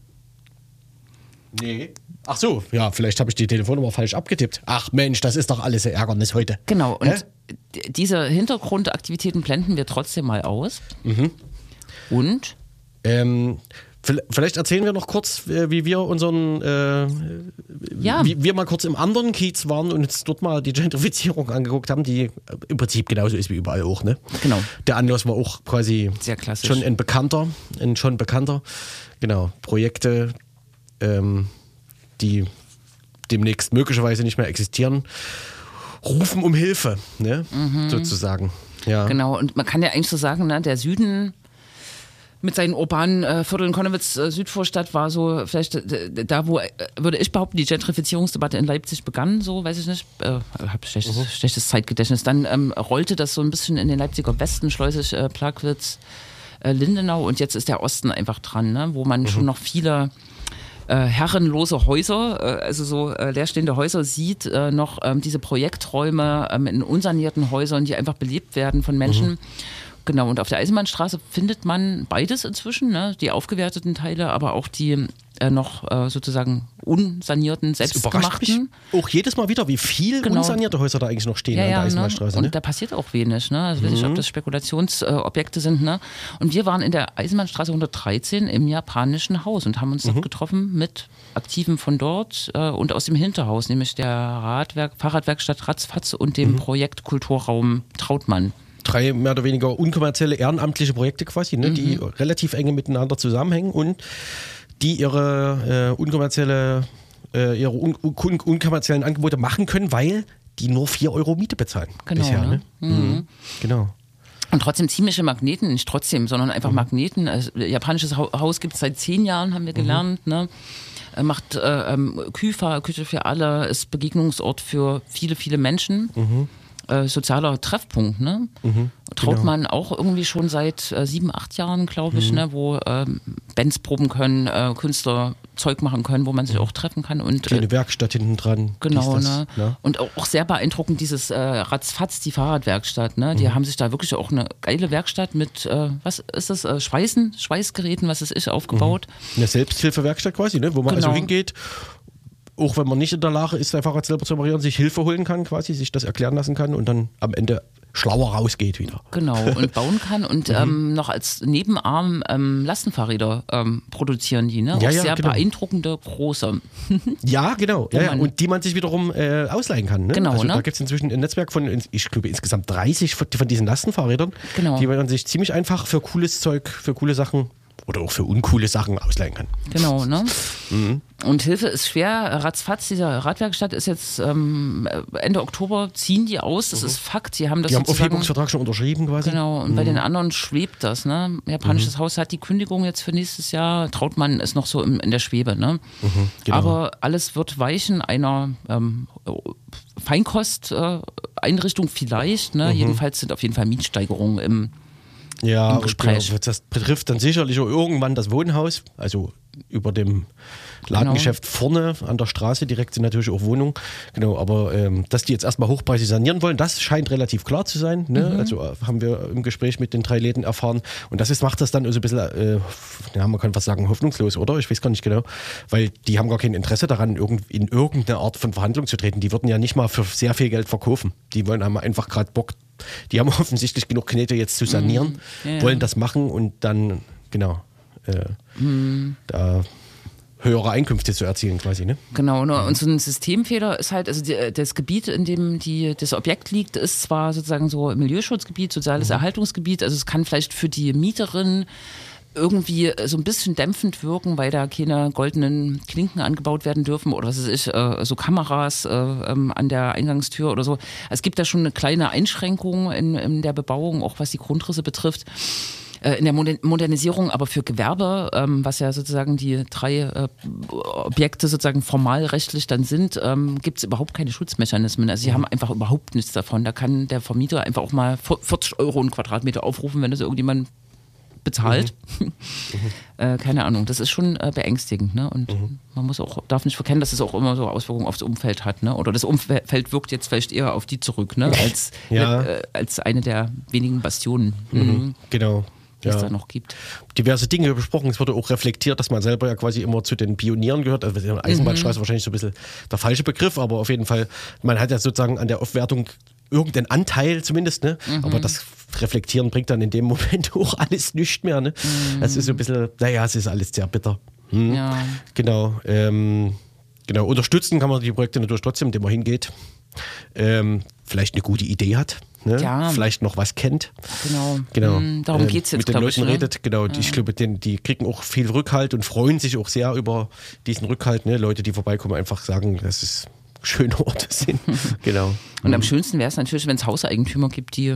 Nee. Ach so, ja, vielleicht habe ich die Telefonnummer falsch abgetippt. Ach Mensch, das ist doch alles ein Ärgernis heute. Genau, und Hä? diese Hintergrundaktivitäten blenden wir trotzdem mal aus. Mhm. Und? Ähm, vielleicht erzählen wir noch kurz, wie wir unseren, äh, ja. wie wir mal kurz im anderen Kiez waren und uns dort mal die Gentrifizierung angeguckt haben, die im Prinzip genauso ist wie überall auch, ne? Genau. Der Anlass war auch quasi sehr klassisch. Schon ein bekannter, ein schon bekannter, genau, Projekte, ähm, die demnächst möglicherweise nicht mehr existieren, rufen um Hilfe, ne? Mhm. Sozusagen. Ja. Genau, und man kann ja eigentlich so sagen, ne, der Süden mit seinen urbanen äh, Vierteln, Konnewitz, äh, Südvorstadt war so vielleicht äh, da, wo, äh, würde ich behaupten, die Gentrifizierungsdebatte in Leipzig begann, so, weiß ich nicht, äh, habe schlechtes, mhm. schlechtes Zeitgedächtnis. Dann ähm, rollte das so ein bisschen in den Leipziger Westen, Schleusig, äh, Plagwitz, äh, Lindenau und jetzt ist der Osten einfach dran, ne, wo man mhm. schon noch viele äh, herrenlose Häuser, äh, also so äh, leerstehende Häuser sieht, äh, noch ähm, diese Projekträume ähm, in unsanierten Häusern, die einfach belebt werden von Menschen. Mhm. Genau, und auf der Eisenbahnstraße findet man beides inzwischen, ne? Die aufgewerteten Teile, aber auch die äh, noch äh, sozusagen unsanierten, selbstgemachten. Auch jedes Mal wieder, wie viel genau. unsanierte Häuser da eigentlich noch stehen ja, an der ja, Eisenbahnstraße. Ne? Ne? Und da passiert auch wenig. Ne? Also weiß nicht, mhm. ob das Spekulationsobjekte äh, sind. Ne? Und wir waren in der Eisenbahnstraße hundertdreizehn im japanischen Haus und haben uns mhm. dort getroffen mit Aktiven von dort äh, und aus dem Hinterhaus, nämlich der Radwerk, Fahrradwerkstatt Ratzfatz und dem mhm. Projekt Kulturraum Trautmann. Drei mehr oder weniger unkommerzielle, ehrenamtliche Projekte quasi, ne, mhm. die relativ eng miteinander zusammenhängen und die ihre äh, unkommerzielle, äh, ihre un un unkommerziellen Angebote machen können, weil die nur vier Euro Miete bezahlen. Genau. Bisher, ne? Ne? Mhm. Mhm. Genau. Und trotzdem ziemliche Magneten, nicht trotzdem, sondern einfach mhm. Magneten. Also, japanisches Haus gibt es seit zehn Jahren, haben wir gelernt. Mhm. Ne? Macht äh, ähm, Küfa, Küche für alle, ist Begegnungsort für viele, viele Menschen. Mhm. Äh, sozialer Treffpunkt, ne? Mhm, Trautmann genau. auch irgendwie schon seit äh, sieben, acht Jahren, glaube ich, mhm. ne? Wo ähm, Bands proben können, äh, Künstler Zeug machen können, wo man sich mhm. auch treffen kann. Und, kleine äh, Werkstatt hinten dran. Genau, das, ne? Ja. Und auch, auch sehr beeindruckend dieses äh, Ratzfatz, die Fahrradwerkstatt, ne? Die mhm. haben sich da wirklich auch eine geile Werkstatt mit, äh, was ist das, äh, Schweißen, Schweißgeräten, was ist ich, aufgebaut. Mhm. Eine Selbsthilfewerkstatt quasi, ne? Wo man genau. also hingeht, auch wenn man nicht in der Lage ist, sein Fahrrad selber zu reparieren, sich Hilfe holen kann quasi, sich das erklären lassen kann und dann am Ende schlauer rausgeht wieder. Genau, und bauen kann und mhm. ähm, noch als Nebenarm ähm, Lastenfahrräder ähm, produzieren die, ne? Auch ja, ja, sehr genau. beeindruckende, große. Ja, genau. Ja, ja. Und die man sich wiederum äh, ausleihen kann. Ne? Genau, also ne? Da gibt es inzwischen ein Netzwerk von, ich glaube, insgesamt dreißig von diesen Lastenfahrrädern, genau. die man sich ziemlich einfach für cooles Zeug, für coole Sachen oder auch für uncoole Sachen ausleihen kann. Genau, ne? Mhm. Und Hilfe ist schwer. Ratzfatz, dieser Radwerkstatt ist jetzt ähm, Ende Oktober, ziehen die aus. Das mhm. ist Fakt. Die haben das Die haben Aufhebungsvertrag schon unterschrieben quasi. Genau, und mhm. bei den anderen schwebt das. Ne? Japanisches mhm. Haus hat die Kündigung jetzt für nächstes Jahr. Trautmann ist noch so im, in der Schwebe. Ne? Mhm, genau. Aber alles wird weichen einer ähm, Feinkosteinrichtung äh, vielleicht. Ne? Mhm. Jedenfalls sind auf jeden Fall Mietsteigerungen im Ja, im Gespräch. Genau, das betrifft dann sicherlich auch irgendwann das Wohnhaus, also über dem Ladengeschäft genau. vorne an der Straße direkt sind natürlich auch Wohnungen. Genau, aber ähm, dass die jetzt erstmal hochpreisig sanieren wollen, das scheint relativ klar zu sein. Ne? Mhm. Also äh, haben wir im Gespräch mit den drei Läden erfahren. Und das ist, macht das dann so ein bisschen, äh, ja, man kann fast sagen, hoffnungslos, oder? Ich weiß gar nicht genau. Weil die haben gar kein Interesse daran, irgend, in irgendeine Art von Verhandlung zu treten. Die würden ja nicht mal für sehr viel Geld verkaufen. Die wollen haben einfach gerade Bock. Die haben offensichtlich genug Knete jetzt zu sanieren, mm, yeah. wollen das machen und dann, genau, äh, mm. da höhere Einkünfte zu erzielen quasi, ne? Genau, ne? Und so ein Systemfehler ist halt, also die, das Gebiet, in dem die, das Objekt liegt, ist zwar sozusagen so Milieuschutzgebiet, soziales mhm. Erhaltungsgebiet, also es kann vielleicht für die Mieterin irgendwie so ein bisschen dämpfend wirken, weil da keine goldenen Klinken angebaut werden dürfen oder was weiß ich, äh, so Kameras äh, ähm, an der Eingangstür oder so. Es gibt da schon eine kleine Einschränkung in, in der Bebauung, auch was die Grundrisse betrifft. In der Modernisierung, aber für Gewerbe, ähm, was ja sozusagen die drei äh, Objekte sozusagen formal rechtlich dann sind, ähm, gibt es überhaupt keine Schutzmechanismen. Also sie mhm. haben einfach überhaupt nichts davon. Da kann der Vermieter einfach auch mal vierzig Euro einen Quadratmeter aufrufen, wenn das irgendjemand bezahlt. Mhm. Mhm. äh, keine Ahnung, das ist schon äh, beängstigend. Ne? Und mhm. man muss auch, darf nicht verkennen, dass es auch immer so Auswirkungen aufs Umfeld hat. Ne? Oder das Umfeld wirkt jetzt vielleicht eher auf die zurück, ne? als, ja. äh, als eine der wenigen Bastionen. Mhm. Mhm. Genau. Die ja. es da noch gibt. Diverse Dinge besprochen. Es wurde auch reflektiert, dass man selber ja quasi immer zu den Pionieren gehört. Also Eisenbahnstraße mhm. wahrscheinlich so ein bisschen der falsche Begriff, aber auf jeden Fall, man hat ja sozusagen an der Aufwertung irgendeinen Anteil zumindest, ne? Mhm. Aber das Reflektieren bringt dann in dem Moment auch alles nichts mehr, ne? Mhm. Das ist so ein bisschen, naja, es ist alles sehr bitter. Hm. Ja. Genau. Ähm, genau. Unterstützen kann man die Projekte natürlich trotzdem, indem man hingeht. Ähm, vielleicht eine gute Idee hat. Ne? Ja. Vielleicht noch was kennt. Genau, genau. Mhm, darum geht es jetzt, mit den Leuten ich, ne? redet, genau. Ja. Ich glaube, den, die kriegen auch viel Rückhalt und freuen sich auch sehr über diesen Rückhalt. Ne? Leute, die vorbeikommen, einfach sagen, dass es schöne Orte sind. Genau. Und mhm. am schönsten wäre es natürlich, wenn es Hauseigentümer gibt, die,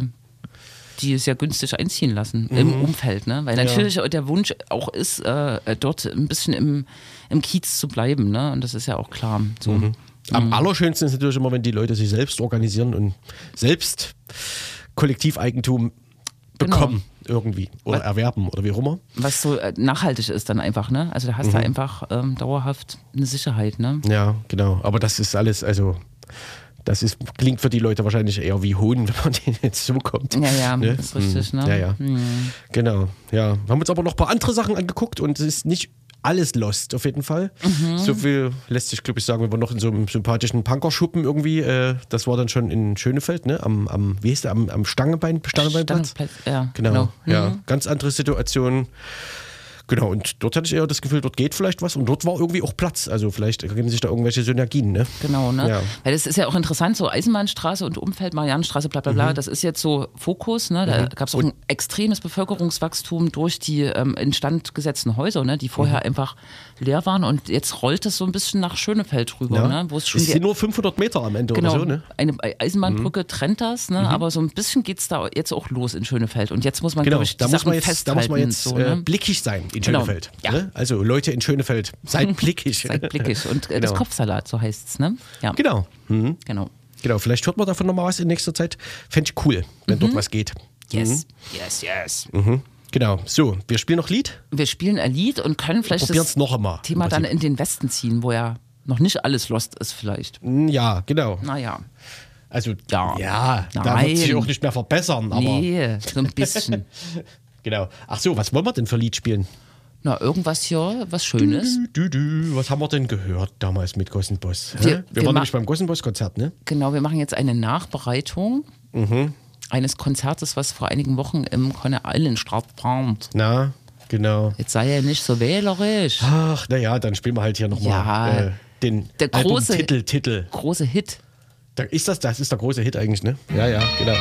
die es ja günstig einziehen lassen mhm. im Umfeld. Ne? Weil natürlich ja. der Wunsch auch ist, äh, dort ein bisschen im, im Kiez zu bleiben. Ne? Und das ist ja auch klar. So. Mhm. Am mhm. allerschönsten ist natürlich immer, wenn die Leute sich selbst organisieren und selbst Kollektiveigentum bekommen genau. irgendwie oder was, erwerben oder wie auch immer. Was so äh, nachhaltig ist dann einfach, ne? Also da hast du mhm. einfach ähm, dauerhaft eine Sicherheit, ne? Ja, genau. Aber das ist alles, also das ist, klingt für die Leute wahrscheinlich eher wie Hohn, wenn man denen jetzt zukommt. Ja, ja, ne? das ist richtig, mhm. ne? Ja, ja. Mhm. Genau, ja. Wir haben uns aber noch ein paar andere Sachen angeguckt und es ist nicht alles lost auf jeden Fall. Mhm. So viel lässt sich, glaube ich, sagen, wir waren noch in so einem sympathischen Punkerschuppen irgendwie. Äh, das war dann schon in Schönefeld, ne? Am, am wie hieß der? Am, am Stangebein, Stangebeinplatz. Stangenplatz, ja. Genau, genau. ja. Mhm. Ganz andere Situation. Genau, und dort hatte ich eher das Gefühl, dort geht vielleicht was und dort war irgendwie auch Platz. Also vielleicht ergeben sich da irgendwelche Synergien, ne? Genau, ne? Ja. Weil das ist ja auch interessant, so Eisenbahnstraße und Umfeld, Mariannenstraße, bla bla bla, mhm. das ist jetzt so Fokus, ne? Da mhm. gab es auch und ein extremes Bevölkerungswachstum durch die ähm, instand gesetzten Häuser, ne? Die vorher mhm. einfach leer waren und jetzt rollt es so ein bisschen nach Schönefeld rüber, ja. ne? Wo es schon es sind nur fünfhundert Meter am Ende genau, oder so, ne? Eine Eisenbahnbrücke mhm. trennt das, ne? Mhm. Aber so ein bisschen geht es da jetzt auch los in Schönefeld und jetzt muss man, genau. glaube ich, die da muss Sachen man jetzt, festhalten. Da muss man jetzt so, äh, ne? blickig sein in genau. Schönefeld. Ja. Ne? Also Leute in Schönefeld, seid blickig. Seid blickig und äh, genau. das Kopfsalat, so heißt es, ne? Ja. Genau. Mhm. Genau. Genau, vielleicht hört man davon nochmal was in nächster Zeit. Fände ich cool, wenn mhm. dort was geht. Yes, mhm. yes, yes. Mhm. Genau, so, wir spielen noch Lied. Wir spielen ein Lied und können vielleicht das noch einmal, Thema dann in den Westen ziehen, wo ja noch nicht alles lost ist vielleicht. Ja, genau. Naja. Also, ja, ja da wird sich auch nicht mehr verbessern. Aber nee, so ein bisschen. Genau. Ach so, was wollen wir denn für Lied spielen? Na, irgendwas hier, was Schönes. Du, du, du. Was haben wir denn gehört damals mit Gossenboss? Wir, wir, wir waren nämlich beim Gossenboss-Konzert, ne? Genau, wir machen jetzt eine Nachbereitung mhm. eines Konzertes, was vor einigen Wochen im Coney Island stattfand. Na, genau. Jetzt sei ja nicht so wählerisch. Ach, naja, dann spielen wir halt hier nochmal ja, äh, den der große Titel, Titel. Große Hit. Da ist das, das ist der große Hit eigentlich, ne? Ja, ja, genau.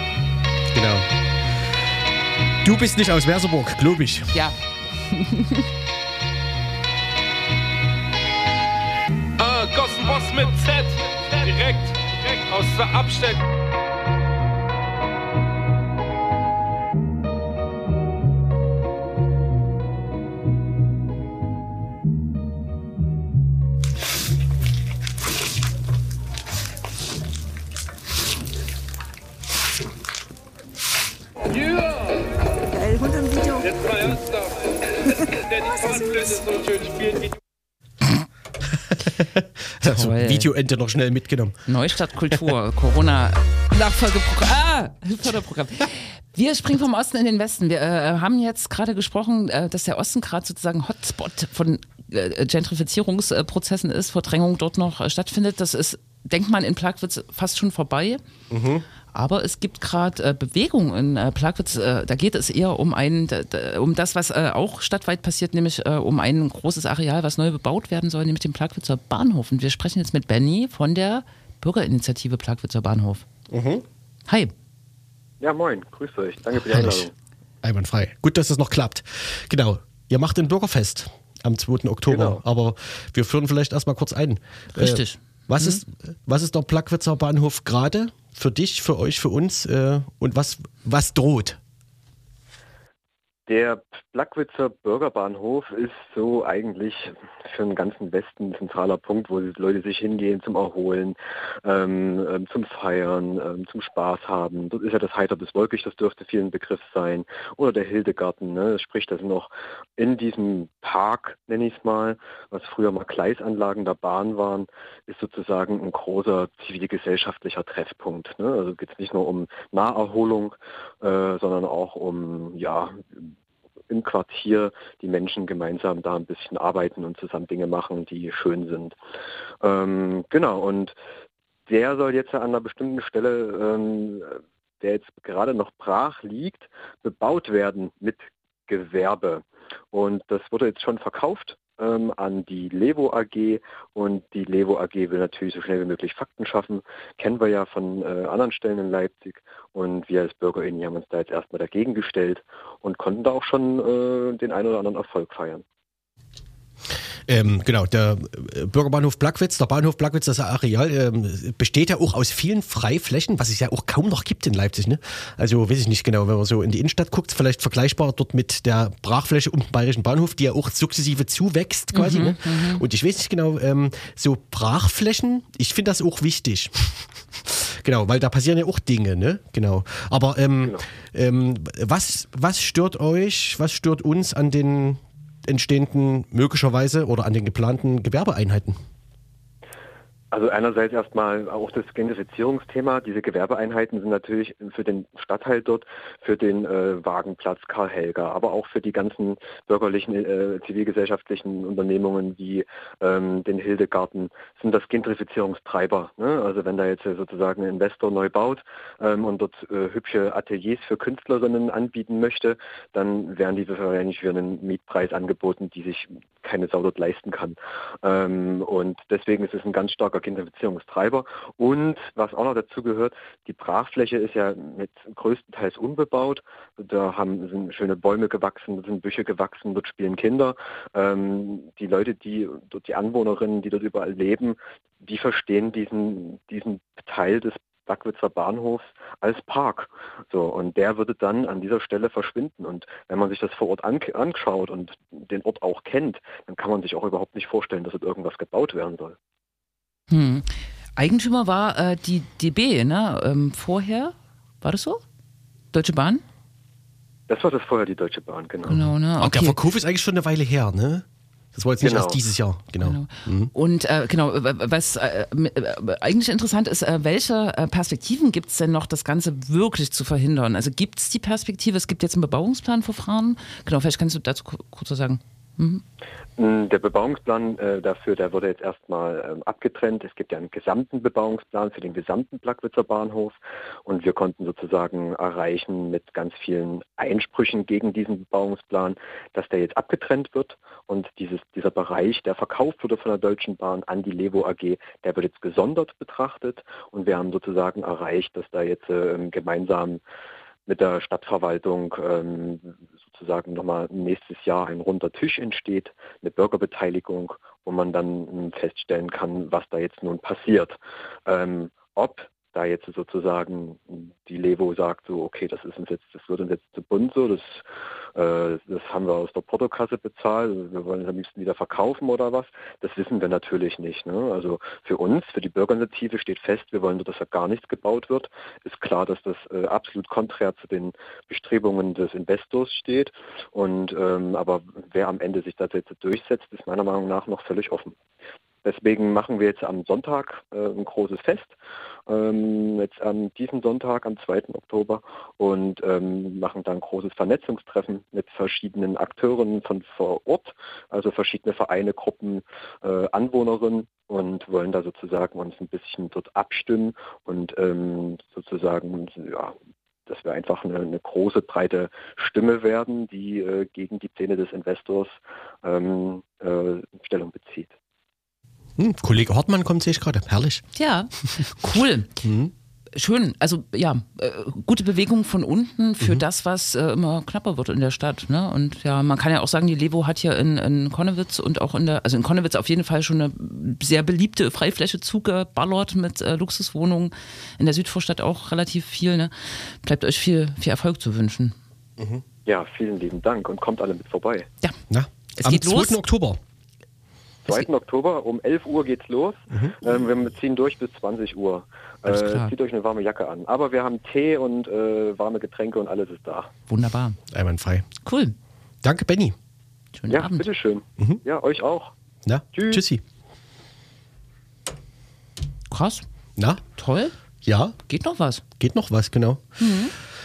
Genau. Du bist nicht aus Werserburg, glaube ich. Ja. ah, Gossenboss mit Z. Direkt, direkt aus der Absteck. Geil, Hund im Video. Jetzt mal ernsthaft. Der die Fahrtblöde so schön spielt wie also Videoente noch schnell mitgenommen. Neustadt Kultur, Corona-Nachfolgeprogramm. Ah, Förderprogramm. Wir springen vom Osten in den Westen. Wir äh, haben jetzt gerade gesprochen, äh, dass der Osten gerade sozusagen Hotspot von äh, Gentrifizierungsprozessen ist, Verdrängung dort noch äh, stattfindet. Das ist, denkt man, in Plagwitz fast schon vorbei. Mhm. Aber es gibt gerade äh, Bewegung in äh, Plagwitz. Äh, da geht es eher um ein, d- d- um das, was äh, auch stadtweit passiert, nämlich äh, um ein großes Areal, was neu bebaut werden soll, nämlich den Plagwitzer Bahnhof. Und wir sprechen jetzt mit Benny von der Bürgerinitiative Plagwitzer Bahnhof. Mhm. Hi. Ja, moin, grüßt euch. Danke für die Herrlich. Einladung. Einwandfrei. Gut, dass das noch klappt. Genau. Ihr macht ein Bürgerfest am zweiten Oktober. Genau. Aber wir führen vielleicht erstmal kurz ein. Richtig. Äh, was, ist, was ist der Plagwitzer Bahnhof gerade für dich, für euch, für uns? Äh, und was, was droht? Der Plagwitzer Bürgerbahnhof ist so eigentlich für den ganzen Westen ein zentraler Punkt, wo die Leute sich hingehen zum Erholen, ähm, ähm, zum Feiern, ähm, zum Spaß haben. Dort ist ja das Heiter bis Wolkig, das dürfte vielen Begriff sein. Oder der Hildegarten, ne? Sprich, das noch in diesem Park, nenne ich es mal, was früher mal Gleisanlagen der Bahn waren, ist sozusagen ein großer zivilgesellschaftlicher Treffpunkt. Ne? Also geht es nicht nur um Naherholung, äh, sondern auch um, ja, im Quartier die Menschen gemeinsam da ein bisschen arbeiten und zusammen Dinge machen, die schön sind. Ähm, genau, und der soll jetzt an einer bestimmten Stelle, ähm, der jetzt gerade noch brach liegt, bebaut werden mit Gewerbe. Und das wurde jetzt schon verkauft ähm, an die Levo A G, und die Levo A G will natürlich so schnell wie möglich Fakten schaffen. Kennen wir ja von äh, anderen Stellen in Leipzig, und wir als BürgerInnen haben uns da jetzt erstmal dagegen gestellt und konnten da auch schon äh, den einen oder anderen Erfolg feiern. Ähm, genau, der äh, Bürgerbahnhof Plagwitz, der Bahnhof Plagwitz, das Areal ähm, besteht ja auch aus vielen Freiflächen, was es ja auch kaum noch gibt in Leipzig. Ne? Also weiß ich nicht genau, wenn man so in die Innenstadt guckt, vielleicht vergleichbar dort mit der Brachfläche um den Bayerischen Bahnhof, die ja auch sukzessive zuwächst quasi. Mhm, ne? Und ich weiß nicht genau, ähm, so Brachflächen, ich finde das auch wichtig. Genau, weil da passieren ja auch Dinge, ne? Genau. Aber ähm, Genau. ähm, was, was stört euch, was stört uns an den entstehenden möglicherweise oder an den geplanten Gewerbeeinheiten? Also einerseits erstmal auch das Gentrifizierungsthema. Diese Gewerbeeinheiten sind natürlich für den Stadtteil dort, für den äh, Wagenplatz Karl Helger, aber auch für die ganzen bürgerlichen, äh, zivilgesellschaftlichen Unternehmungen wie ähm, den Hildegarten, sind das Gentrifizierungstreiber. Ne? Also wenn da jetzt äh, sozusagen ein Investor neu baut ähm, und dort äh, hübsche Ateliers für Künstlerinnen anbieten möchte, dann werden die wahrscheinlich für einen Mietpreis angeboten, die sich keine Sau dort leisten kann. Ähm, und deswegen ist es ein ganz starker Gentrifizierungstreiber. Und was auch noch dazu gehört, die Brachfläche ist ja mit größtenteils unbebaut. Da haben, sind schöne Bäume gewachsen, da sind Büsche gewachsen, dort spielen Kinder. Ähm, die Leute, die dort, die Anwohnerinnen, die dort überall leben, die verstehen diesen, diesen Teil des Plagwitzer Bahnhofs als Park. So, und der würde dann an dieser Stelle verschwinden. Und wenn man sich das vor Ort an, anschaut und den Ort auch kennt, dann kann man sich auch überhaupt nicht vorstellen, dass dort irgendwas gebaut werden soll. Hm. Eigentümer war äh, die D B, ne? Ähm, vorher, war das so? Deutsche Bahn? Das war das vorher die Deutsche Bahn, genau. Genau, ne? Ach, der Okay. Verkauf ist eigentlich schon eine Weile her, ne? Das war jetzt nicht Genau. erst dieses Jahr, genau. Genau. Mhm. Und äh, genau, äh, was äh, äh, eigentlich interessant ist, äh, welche äh, Perspektiven gibt es denn noch, das Ganze wirklich zu verhindern? Also gibt es die Perspektive, es gibt jetzt einen Bebauungsplanverfahren? Genau, vielleicht kannst du dazu ku- kurz was sagen. Mhm. Der Bebauungsplan äh, dafür, der wurde jetzt erstmal ähm, abgetrennt. Es gibt ja einen gesamten Bebauungsplan für den gesamten Plagwitzer Bahnhof, und wir konnten sozusagen erreichen mit ganz vielen Einsprüchen gegen diesen Bebauungsplan, dass der jetzt abgetrennt wird, und dieses, dieser Bereich, der verkauft wurde von der Deutschen Bahn an die Levo A G, der wird jetzt gesondert betrachtet, und wir haben sozusagen erreicht, dass da jetzt äh, gemeinsam mit der Stadtverwaltung ähm, sozusagen nochmal nächstes Jahr ein runder Tisch entsteht, eine Bürgerbeteiligung, wo man dann ähm, feststellen kann, was da jetzt nun passiert. Ähm, ob da jetzt sozusagen die Levo sagt, so okay, das ist uns jetzt, das wird uns jetzt zu bunt, so, das, äh, das haben wir aus der Portokasse bezahlt, wir wollen es am liebsten wieder verkaufen oder was, das wissen wir natürlich nicht. Ne? Also für uns, für die Bürgerinitiative steht fest, wir wollen, dass da gar nichts gebaut wird. Ist klar, dass das äh, absolut konträr zu den Bestrebungen des Investors steht. Und ähm, aber wer am Ende sich das jetzt durchsetzt, ist meiner Meinung nach noch völlig offen. deswegen machen wir jetzt am Sonntag äh, ein großes Fest. Ähm, jetzt an diesem Sonntag, am zweiten Oktober, und ähm, machen dann ein großes Vernetzungstreffen mit verschiedenen Akteuren von vor Ort, also verschiedene Vereine, Gruppen, äh, Anwohnerinnen, und wollen da sozusagen uns ein bisschen dort abstimmen und ähm, sozusagen, ja, dass wir einfach eine, eine große, breite Stimme werden, die äh, gegen die Pläne des Investors ähm, äh, Stellung bezieht. Hm, Kollege Hartmann kommt, sehe ich gerade. Herrlich. Ja, cool. Mhm. Schön. Also ja, äh, gute Bewegung von unten für mhm. das, was äh, immer knapper wird in der Stadt. Ne? Und ja, man kann ja auch sagen, die Levo hat hier in, in Connewitz und auch in der, also in Connewitz auf jeden Fall schon eine sehr beliebte Freifläche zugeballert mit äh, Luxuswohnungen. In der Südvorstadt auch relativ viel. Ne? Bleibt euch viel, viel Erfolg zu wünschen. Mhm. Ja, vielen lieben Dank und kommt alle mit vorbei. Ja, Na, es am geht los. zweiten Oktober. zweiten Oktober um elf Uhr geht's los. Mhm. Ähm, wir ziehen durch bis zwanzig Uhr. Äh, zieht euch eine warme Jacke an. Aber wir haben Tee und äh, warme Getränke und alles ist da. Wunderbar. Einwandfrei. Cool. Danke, Benni. Schönen ja, Abend. bitteschön. Mhm. Ja, euch auch. Na, Tschüss. Tschüssi. Krass. Na? Toll. Ja. Geht noch was. Geht noch was, genau. Mhm.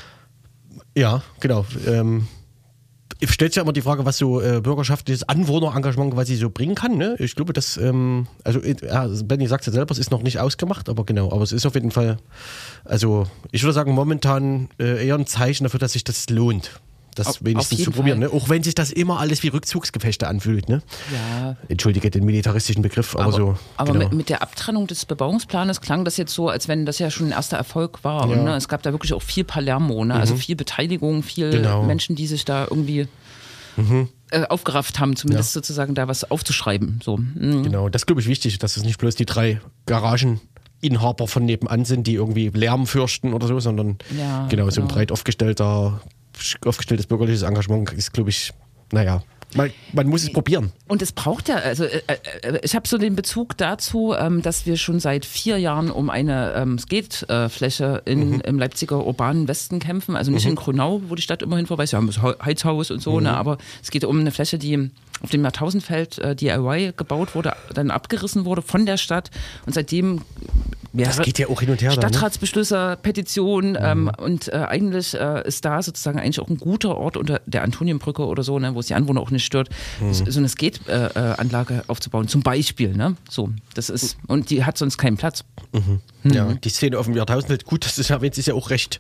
Ja, genau. Ähm, stellt sich ja immer die Frage, was so äh, bürgerschaftliches Anwohnerengagement quasi so bringen kann. Ne? Ich glaube, dass, ähm, also ja, Benni sagt ja selber, es ist noch nicht ausgemacht, aber genau, aber es ist auf jeden Fall, also ich würde sagen, momentan äh, eher ein Zeichen dafür, dass sich das lohnt, das auf, wenigstens auf zu probieren. Ne? Auch wenn sich das immer alles wie Rückzugsgefechte anfühlt. Ne? Ja. Entschuldige den militaristischen Begriff, aber, aber so. Aber genau. mit, mit der Abtrennung des Bebauungsplanes klang das jetzt so, als wenn das ja schon ein erster Erfolg war. Ja. Und, ne, es gab da wirklich auch viel Palermo, ne? Also Mhm. viel Beteiligung, viel Genau. Menschen, die sich da irgendwie Mhm. äh, aufgerafft haben, zumindest Ja. sozusagen da was aufzuschreiben. So. Mhm. Genau, das ist, glaube ich, wichtig, dass es nicht bloß die drei Garageninhaber von nebenan sind, die irgendwie Lärm fürchten oder so, sondern Ja, genau, so ein genau. breit aufgestellter, aufgestelltes bürgerliches Engagement ist, glaube ich, naja, man, man muss es probieren. Und es braucht ja, also äh, äh, ich habe so den Bezug dazu, ähm, dass wir schon seit vier Jahren um eine ähm, Skatefläche in, Mhm. im Leipziger urbanen Westen kämpfen. Also nicht Mhm. in Grünau, wo die Stadt immerhin verweist. Wir haben das Heizhaus und so, Mhm. ne, aber es geht um eine Fläche, die auf dem Jahrtausendfeld äh, D I Y gebaut wurde, dann abgerissen wurde von der Stadt und seitdem Das geht ja auch hin und her. Dann, ne? Stadtratsbeschlüsse, Petitionen ähm, und äh, eigentlich äh, ist da sozusagen eigentlich auch ein guter Ort unter der Antonienbrücke oder so, ne, wo es die Anwohner auch nicht stört, Mhm. so, so eine Skate-Anlage äh, aufzubauen, zum Beispiel. Ne? So, das ist, und die hat sonst keinen Platz. Mhm. Mhm. Ja, die Szene auf dem Jahrtausendfeld, gut, das ist ja, ist ja auch recht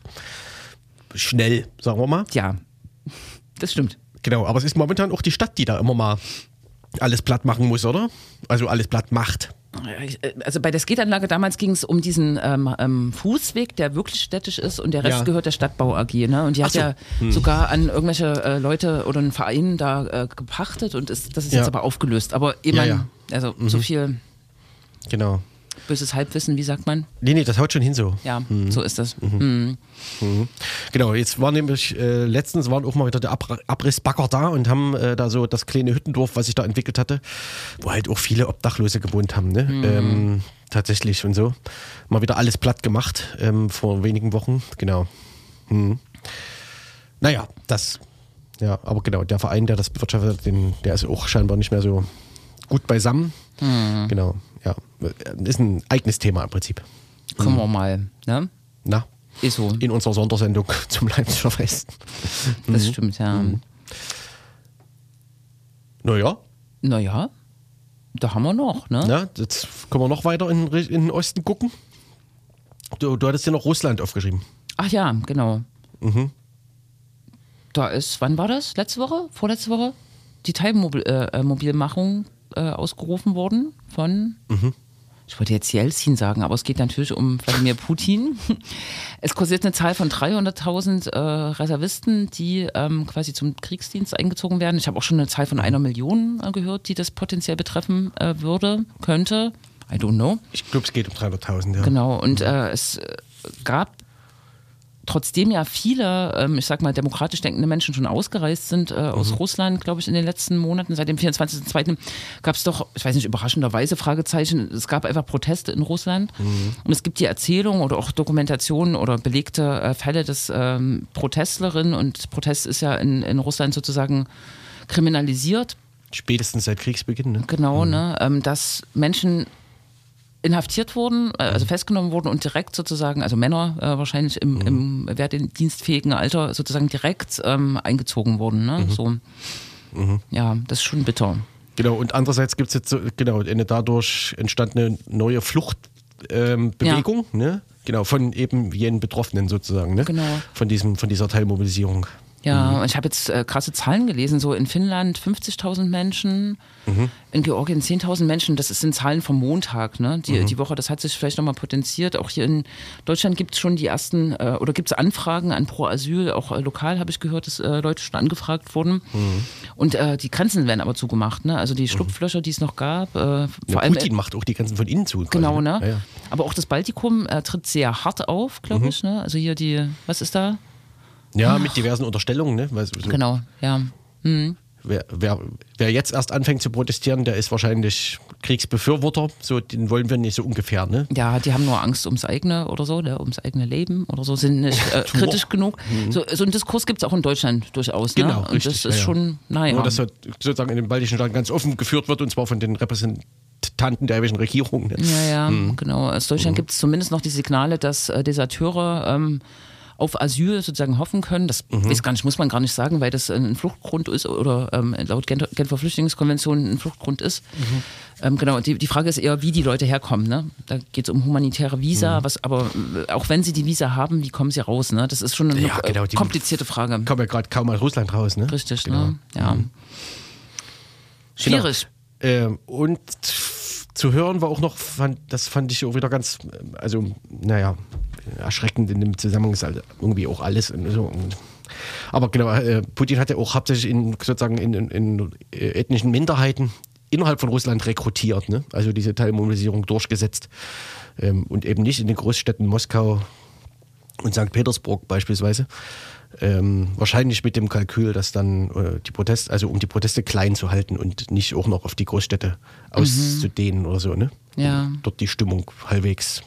schnell, sagen wir mal. Ja, das stimmt. Genau, aber es ist momentan auch die Stadt, die da immer mal alles platt machen muss, oder? Also alles platt macht. Also bei der Skateanlage damals ging es um diesen ähm, ähm, Fußweg, der wirklich städtisch ist und der Rest Ja. gehört der Stadtbau A G. Ne? Und die hat Ach so. ja Hm. sogar an irgendwelche äh, Leute oder einen Verein da äh, gepachtet und ist, das ist Ja. jetzt aber aufgelöst. Aber ich Ja, mein, ja. also so viel Genau. böses Halbwissen, wie sagt man? Nee, nee, das haut schon hin so. Ja, Mhm. so ist das. Mhm. Mhm. Genau, jetzt war nämlich, äh, letztens waren auch mal wieder der Abr- Abrissbagger da und haben äh, da so das kleine Hüttendorf, was sich da entwickelt hatte, wo halt auch viele Obdachlose gewohnt haben, ne? Mhm. Ähm, tatsächlich und so. Mal wieder alles platt gemacht ähm, vor wenigen Wochen, genau. Mhm. Naja, das, ja, aber genau, der Verein, der das bewirtschaftet, den, der ist auch scheinbar nicht mehr so gut beisammen. Mhm. Genau, ja. Ist ein eigenes Thema im Prinzip. Gucken wir mal. Ne? Na, Ist so. in unserer Sondersendung zum Leipziger Fest. Das stimmt, ja. Mhm. Naja, Naja, da haben wir noch, ne? ja, jetzt können wir noch weiter in, in den Osten gucken. Du, du hattest ja noch Russland aufgeschrieben. Ach ja, genau. Mhm. Da ist, wann war das? Letzte Woche? Vorletzte Woche? Die Teilmobilmachung äh, ausgerufen worden von, Mhm. ich wollte jetzt Jelzin sagen, aber es geht natürlich um Wladimir Putin. Es kursiert eine Zahl von dreihunderttausend äh, Reservisten, die ähm, quasi zum Kriegsdienst eingezogen werden. Ich habe auch schon eine Zahl von einer Million äh, gehört, die das potenziell betreffen äh, würde, könnte. I don't know. Ich glaube, es geht um dreihunderttausend, ja. Genau, und äh, es äh, gab, trotzdem ja viele, ähm, ich sag mal, demokratisch denkende Menschen schon ausgereist sind äh, aus Mhm. Russland, glaube ich, in den letzten Monaten, seit dem vierundzwanzigsten zweiten gab es doch, ich weiß nicht, überraschenderweise, Fragezeichen, es gab einfach Proteste in Russland. Mhm. Und es gibt die Erzählung oder auch Dokumentationen oder belegte äh, Fälle des ähm, Protestlerinnen, und Protest ist ja in, in Russland sozusagen kriminalisiert. Spätestens seit Kriegsbeginn. Ne? Genau, mhm. ne, ähm, dass Menschen inhaftiert wurden, äh, also festgenommen wurden und direkt sozusagen, also Männer äh, wahrscheinlich im, mhm. im wehrdienstfähigen Alter sozusagen direkt ähm, eingezogen wurden. Ne? Mhm. So. Mhm. Ja, das ist schon bitter. Genau, und andererseits gibt es jetzt so, genau, eine dadurch entstandene neue Fluchtbewegung, ähm, ja. ne? Genau, von eben jenen Betroffenen sozusagen, ne? Genau. Von diesem, von dieser Teilmobilisierung. Ja, mhm. ich habe jetzt äh, krasse Zahlen gelesen, so in Finnland fünfzigtausend Menschen, mhm. in Georgien zehntausend Menschen, das sind Zahlen vom Montag, ne? Die, mhm. die Woche, das hat sich vielleicht nochmal potenziert. Auch hier in Deutschland gibt es schon die ersten, äh, oder gibt es Anfragen an Pro Asyl, auch äh, lokal habe ich gehört, dass äh, Leute schon angefragt wurden. Mhm. Und äh, die Grenzen werden aber zugemacht, ne? Also die Schlupflöcher, die es noch gab. Äh, vor ja, allem, Putin macht auch die Grenzen von innen zu. Quasi, genau, ne? Ja, ja. Aber auch das Baltikum äh, tritt sehr hart auf, glaube mhm. ich, ne? Also hier die, was ist da? Ja, mit diversen Unterstellungen. Ne? Weil so genau, ja. Mhm. Wer, wer, wer jetzt erst anfängt zu protestieren, der ist wahrscheinlich Kriegsbefürworter. So, den wollen wir nicht so ungefähr. Ne? Ja, die haben nur Angst ums eigene oder so, ne? ums eigene Leben oder so, sind nicht äh, kritisch genug. Mhm. So, so einen Diskurs gibt es auch in Deutschland durchaus. Ne? Genau, und richtig, das ist ja, schon, naja. Nur, dass sozusagen in den baltischen Staaten ganz offen geführt wird und zwar von den Repräsentanten der jeweiligen Regierung. Ne? Ja, ja, mhm. genau. Aus Deutschland mhm. gibt es zumindest noch die Signale, dass äh, Deserteure ähm, auf Asyl sozusagen hoffen können. Das mhm. weiß gar nicht, muss man gar nicht sagen, weil das ein Fluchtgrund ist oder ähm, laut Genfer Flüchtlingskonvention ein Fluchtgrund ist. Mhm. Ähm, genau, die, die Frage ist eher, wie die Leute herkommen. Ne? Da geht es um humanitäre Visa, mhm. was, aber auch wenn sie die Visa haben, wie kommen sie raus? Ne? Das ist schon eine ja, genau, komplizierte Frage. Kommen ja gerade kaum aus Russland raus. Ne? Richtig, genau. ne? Ja. Mhm. Schwierig. Genau. Ähm, und zu hören war auch noch, fand, das fand ich auch wieder ganz, also naja, erschreckend in dem Zusammenhang ist halt irgendwie auch alles. So. Aber genau, äh, Putin hat ja auch hauptsächlich in, sozusagen in, in, in ethnischen Minderheiten innerhalb von Russland rekrutiert, ne? Also diese Teilmobilisierung durchgesetzt ähm, und eben nicht in den Großstädten Moskau und Sankt Petersburg beispielsweise. Ähm, wahrscheinlich mit dem Kalkül, dass dann äh, die Proteste, also um die Proteste klein zu halten und nicht auch noch auf die Großstädte auszudehnen mhm. oder so, ne? Ja. Um dort die Stimmung halbwegs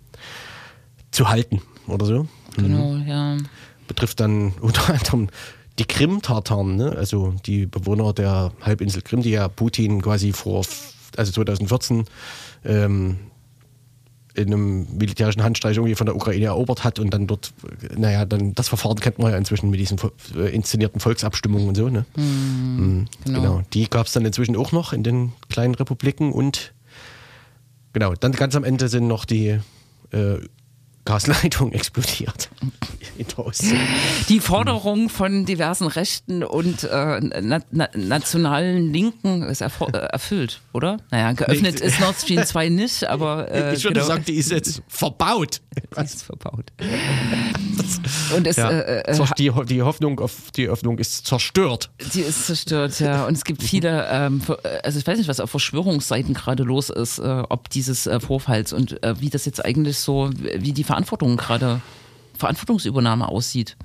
zu halten oder so. Genau, mhm. ja. Betrifft dann unter anderem die Krim-Tataren, ne? Also die Bewohner der Halbinsel Krim, die ja Putin quasi vor, also zwanzig vierzehn ähm, in einem militärischen Handstreich irgendwie von der Ukraine erobert hat und dann dort, naja, dann das Verfahren kennt man ja inzwischen mit diesen äh, inszenierten Volksabstimmungen und so, ne? Mhm, mhm, genau. genau. Die gab es dann inzwischen auch noch in den kleinen Republiken und genau, dann ganz am Ende sind noch die äh, Gasleitung explodiert. Die Forderung von diversen Rechten und äh, na, na, nationalen Linken ist erf- äh, erfüllt, oder? Naja, geöffnet ist Nord Stream zwei nicht, aber äh, ich würde genau. sagen, die ist jetzt verbaut. Die ist verbaut. Und es, ja. äh, äh, die, die Hoffnung auf die Öffnung ist zerstört. Die ist zerstört, ja. Und es gibt viele, ähm, also ich weiß nicht, was auf Verschwörungsseiten gerade los ist, äh, ob dieses äh, Vorfalls und äh, wie das jetzt eigentlich so, wie die Verantwortung gerade, Verantwortungsübernahme aussieht.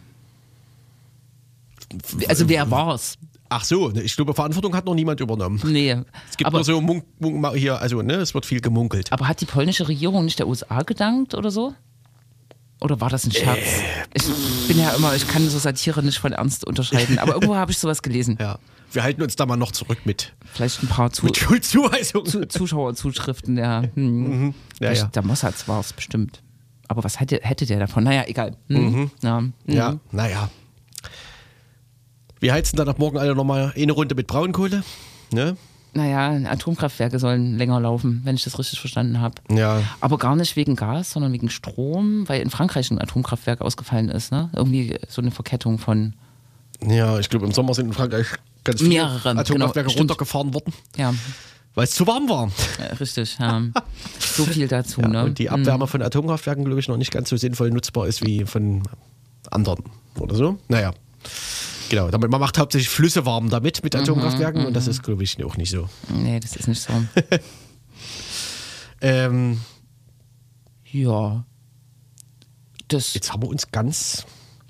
Also wer war's? Ach so, ich glaube, Verantwortung hat noch niemand übernommen. Nee. Es gibt aber, nur so Munk, Munk, hier, also ne, es wird viel gemunkelt. Aber hat die polnische Regierung nicht der U S A gedankt oder so? Oder war das ein Scherz? Äh. Ich bin ja immer, ich kann so Satire nicht von Ernst unterscheiden, aber irgendwo habe ich sowas gelesen. Ja. Wir halten uns da mal noch zurück mit. Vielleicht ein paar Zu- mit Zuweisungen. Zu- Zuschauerzuschriften, ja. Hm. Mhm. Ja, ja. Der Mossad war es bestimmt. Aber was hätte, hätte der davon? Naja, egal. Hm. Mhm. Ja, mhm. ja, naja. Wir heizen dann ab morgen alle nochmal eine Runde mit Braunkohle. Ne? Naja, Atomkraftwerke sollen länger laufen, wenn ich das richtig verstanden habe. Ja. Aber gar nicht wegen Gas, sondern wegen Strom, weil in Frankreich ein Atomkraftwerk ausgefallen ist. Ne? Irgendwie so eine Verkettung von... Ja, ich glaube, im Sommer sind in Frankreich ganz viele mehrere Atomkraftwerke genau, runtergefahren worden. Ja. Weil es zu warm war. Ja, richtig, ja. So viel dazu. Ja, ne? und die Abwärme von Atomkraftwerken, glaube ich, noch nicht ganz so sinnvoll nutzbar ist wie von anderen oder so. Naja, genau. Damit, man macht hauptsächlich Flüsse warm damit, mit Atomkraftwerken, mhm, und das ist, glaube ich, auch nicht so. Nee, das ist nicht so. ähm, ja. Das jetzt haben wir uns ganz...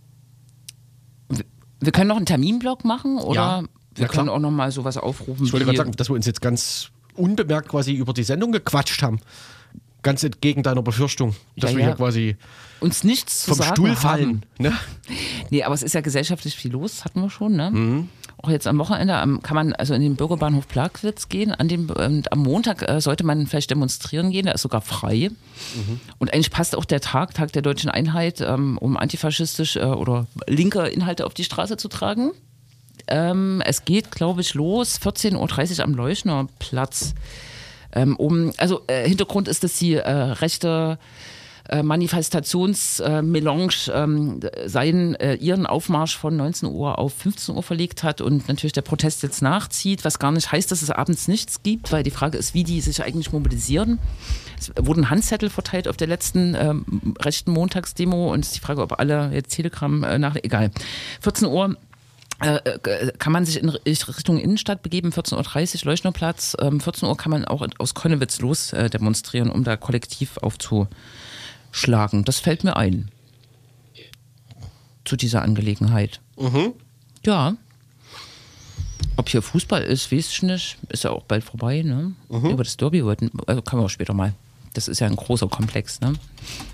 Wir können noch einen Terminblock machen, oder? Ja, wir können klar. auch noch mal sowas aufrufen. Ich wollte gerade sagen, dass wir uns jetzt ganz unbemerkt quasi über die Sendung gequatscht haben. Ganz entgegen deiner Befürchtung, dass ja, wir ja. hier quasi uns nichts zu vom sagen Stuhl haben. fallen. Ne? Nee, aber es ist ja gesellschaftlich viel los, hatten wir schon, ne? Mhm. auch jetzt am Wochenende, am, kann man also in den Bürgerbahnhof Plagwitz gehen. An dem, ähm, am Montag äh, sollte man vielleicht demonstrieren gehen, der ist sogar frei. Mhm. Und eigentlich passt auch der Tag, Tag der Deutschen Einheit, ähm, um antifaschistisch äh, oder linke Inhalte auf die Straße zu tragen. Ähm, es geht, glaube ich, los, vierzehn Uhr dreißig am Leuschnerplatz. Ähm, um, also äh, Hintergrund ist, dass die äh, rechte äh, Manifestationsmelange ähm, seinen, äh, ihren Aufmarsch von neunzehn Uhr auf fünfzehn Uhr verlegt hat und natürlich der Protest jetzt nachzieht, was gar nicht heißt, dass es abends nichts gibt, weil die Frage ist, wie die sich eigentlich mobilisieren. Es wurden Handzettel verteilt auf der letzten ähm, rechten Montagsdemo und es ist die Frage, ob alle jetzt Telegram äh, nach... Egal. vierzehn Uhr kann man sich in Richtung Innenstadt begeben, vierzehn Uhr dreißig, Leuschnerplatz. vierzehn Uhr kann man auch aus Konnewitz los demonstrieren, um da kollektiv aufzuschlagen. Das fällt mir ein. Zu dieser Angelegenheit. Mhm. Ja. Ob hier Fußball ist, weiß ich nicht. Ist ja auch bald vorbei, ne? Mhm. Über das Derby wollten, also können wir auch später mal. Das ist ja ein großer Komplex, ne?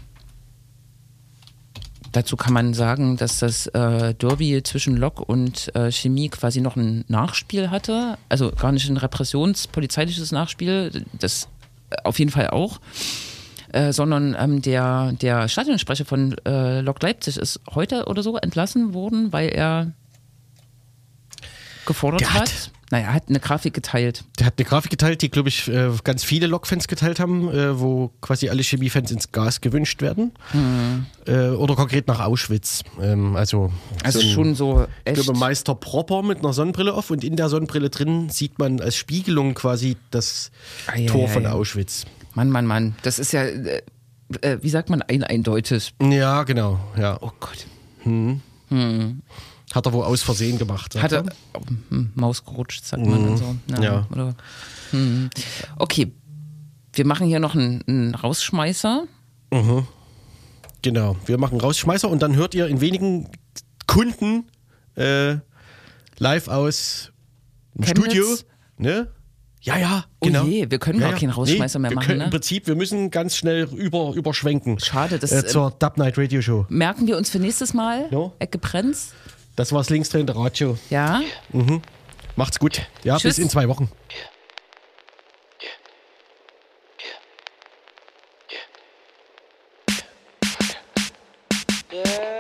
Dazu kann man sagen, dass das äh, Derby zwischen Lok und äh, Chemie quasi noch ein Nachspiel hatte. Also gar nicht ein repressionspolizeiliches Nachspiel, das auf jeden Fall auch. Äh, sondern ähm, der, der Stadionsprecher von äh, Lok Leipzig ist heute oder so entlassen worden, weil er gefordert der hat. hat. Naja, er hat eine Grafik geteilt. Der hat eine Grafik geteilt, die, glaube ich, äh, ganz viele Lok-Fans geteilt haben, äh, wo quasi alle Chemie-Fans ins Gas gewünscht werden. Mhm. Äh, oder konkret nach Auschwitz. Ähm, also also so ein, schon so echt. Ich glaube, Meister Propper mit einer Sonnenbrille auf und in der Sonnenbrille drin sieht man als Spiegelung quasi das ah, ja, Tor ja, von ja. Auschwitz. Mann, Mann, Mann. Das ist ja, äh, äh, wie sagt man, ein eindeutig. Ja, genau. Ja. Oh Gott. Hm. Hm. Hat er wohl aus Versehen gemacht. Hat er oh, hm, Maus gerutscht, sagt man dann so. Ja. ja. Oder, hm. Okay, wir machen hier noch einen, einen Rausschmeißer. Mhm. Genau, wir machen Rausschmeißer und dann hört ihr in wenigen Kunden äh, live aus dem Chemnitz. Studio. Ne? Ja, ja, genau. Oh je, wir können ja, gar ja. keinen Rausschmeißer nee, mehr wir machen. Können, Ne? Im Prinzip, wir müssen ganz schnell über, überschwenken. Schade, das äh, zur Dub Night Radio Show. merken wir uns für nächstes Mal. No? Ecke Prenz. Das war's linksdrehende Radio. Ja. Mhm. Macht's gut. Ja, Tschüss. bis in zwei Wochen. Yeah.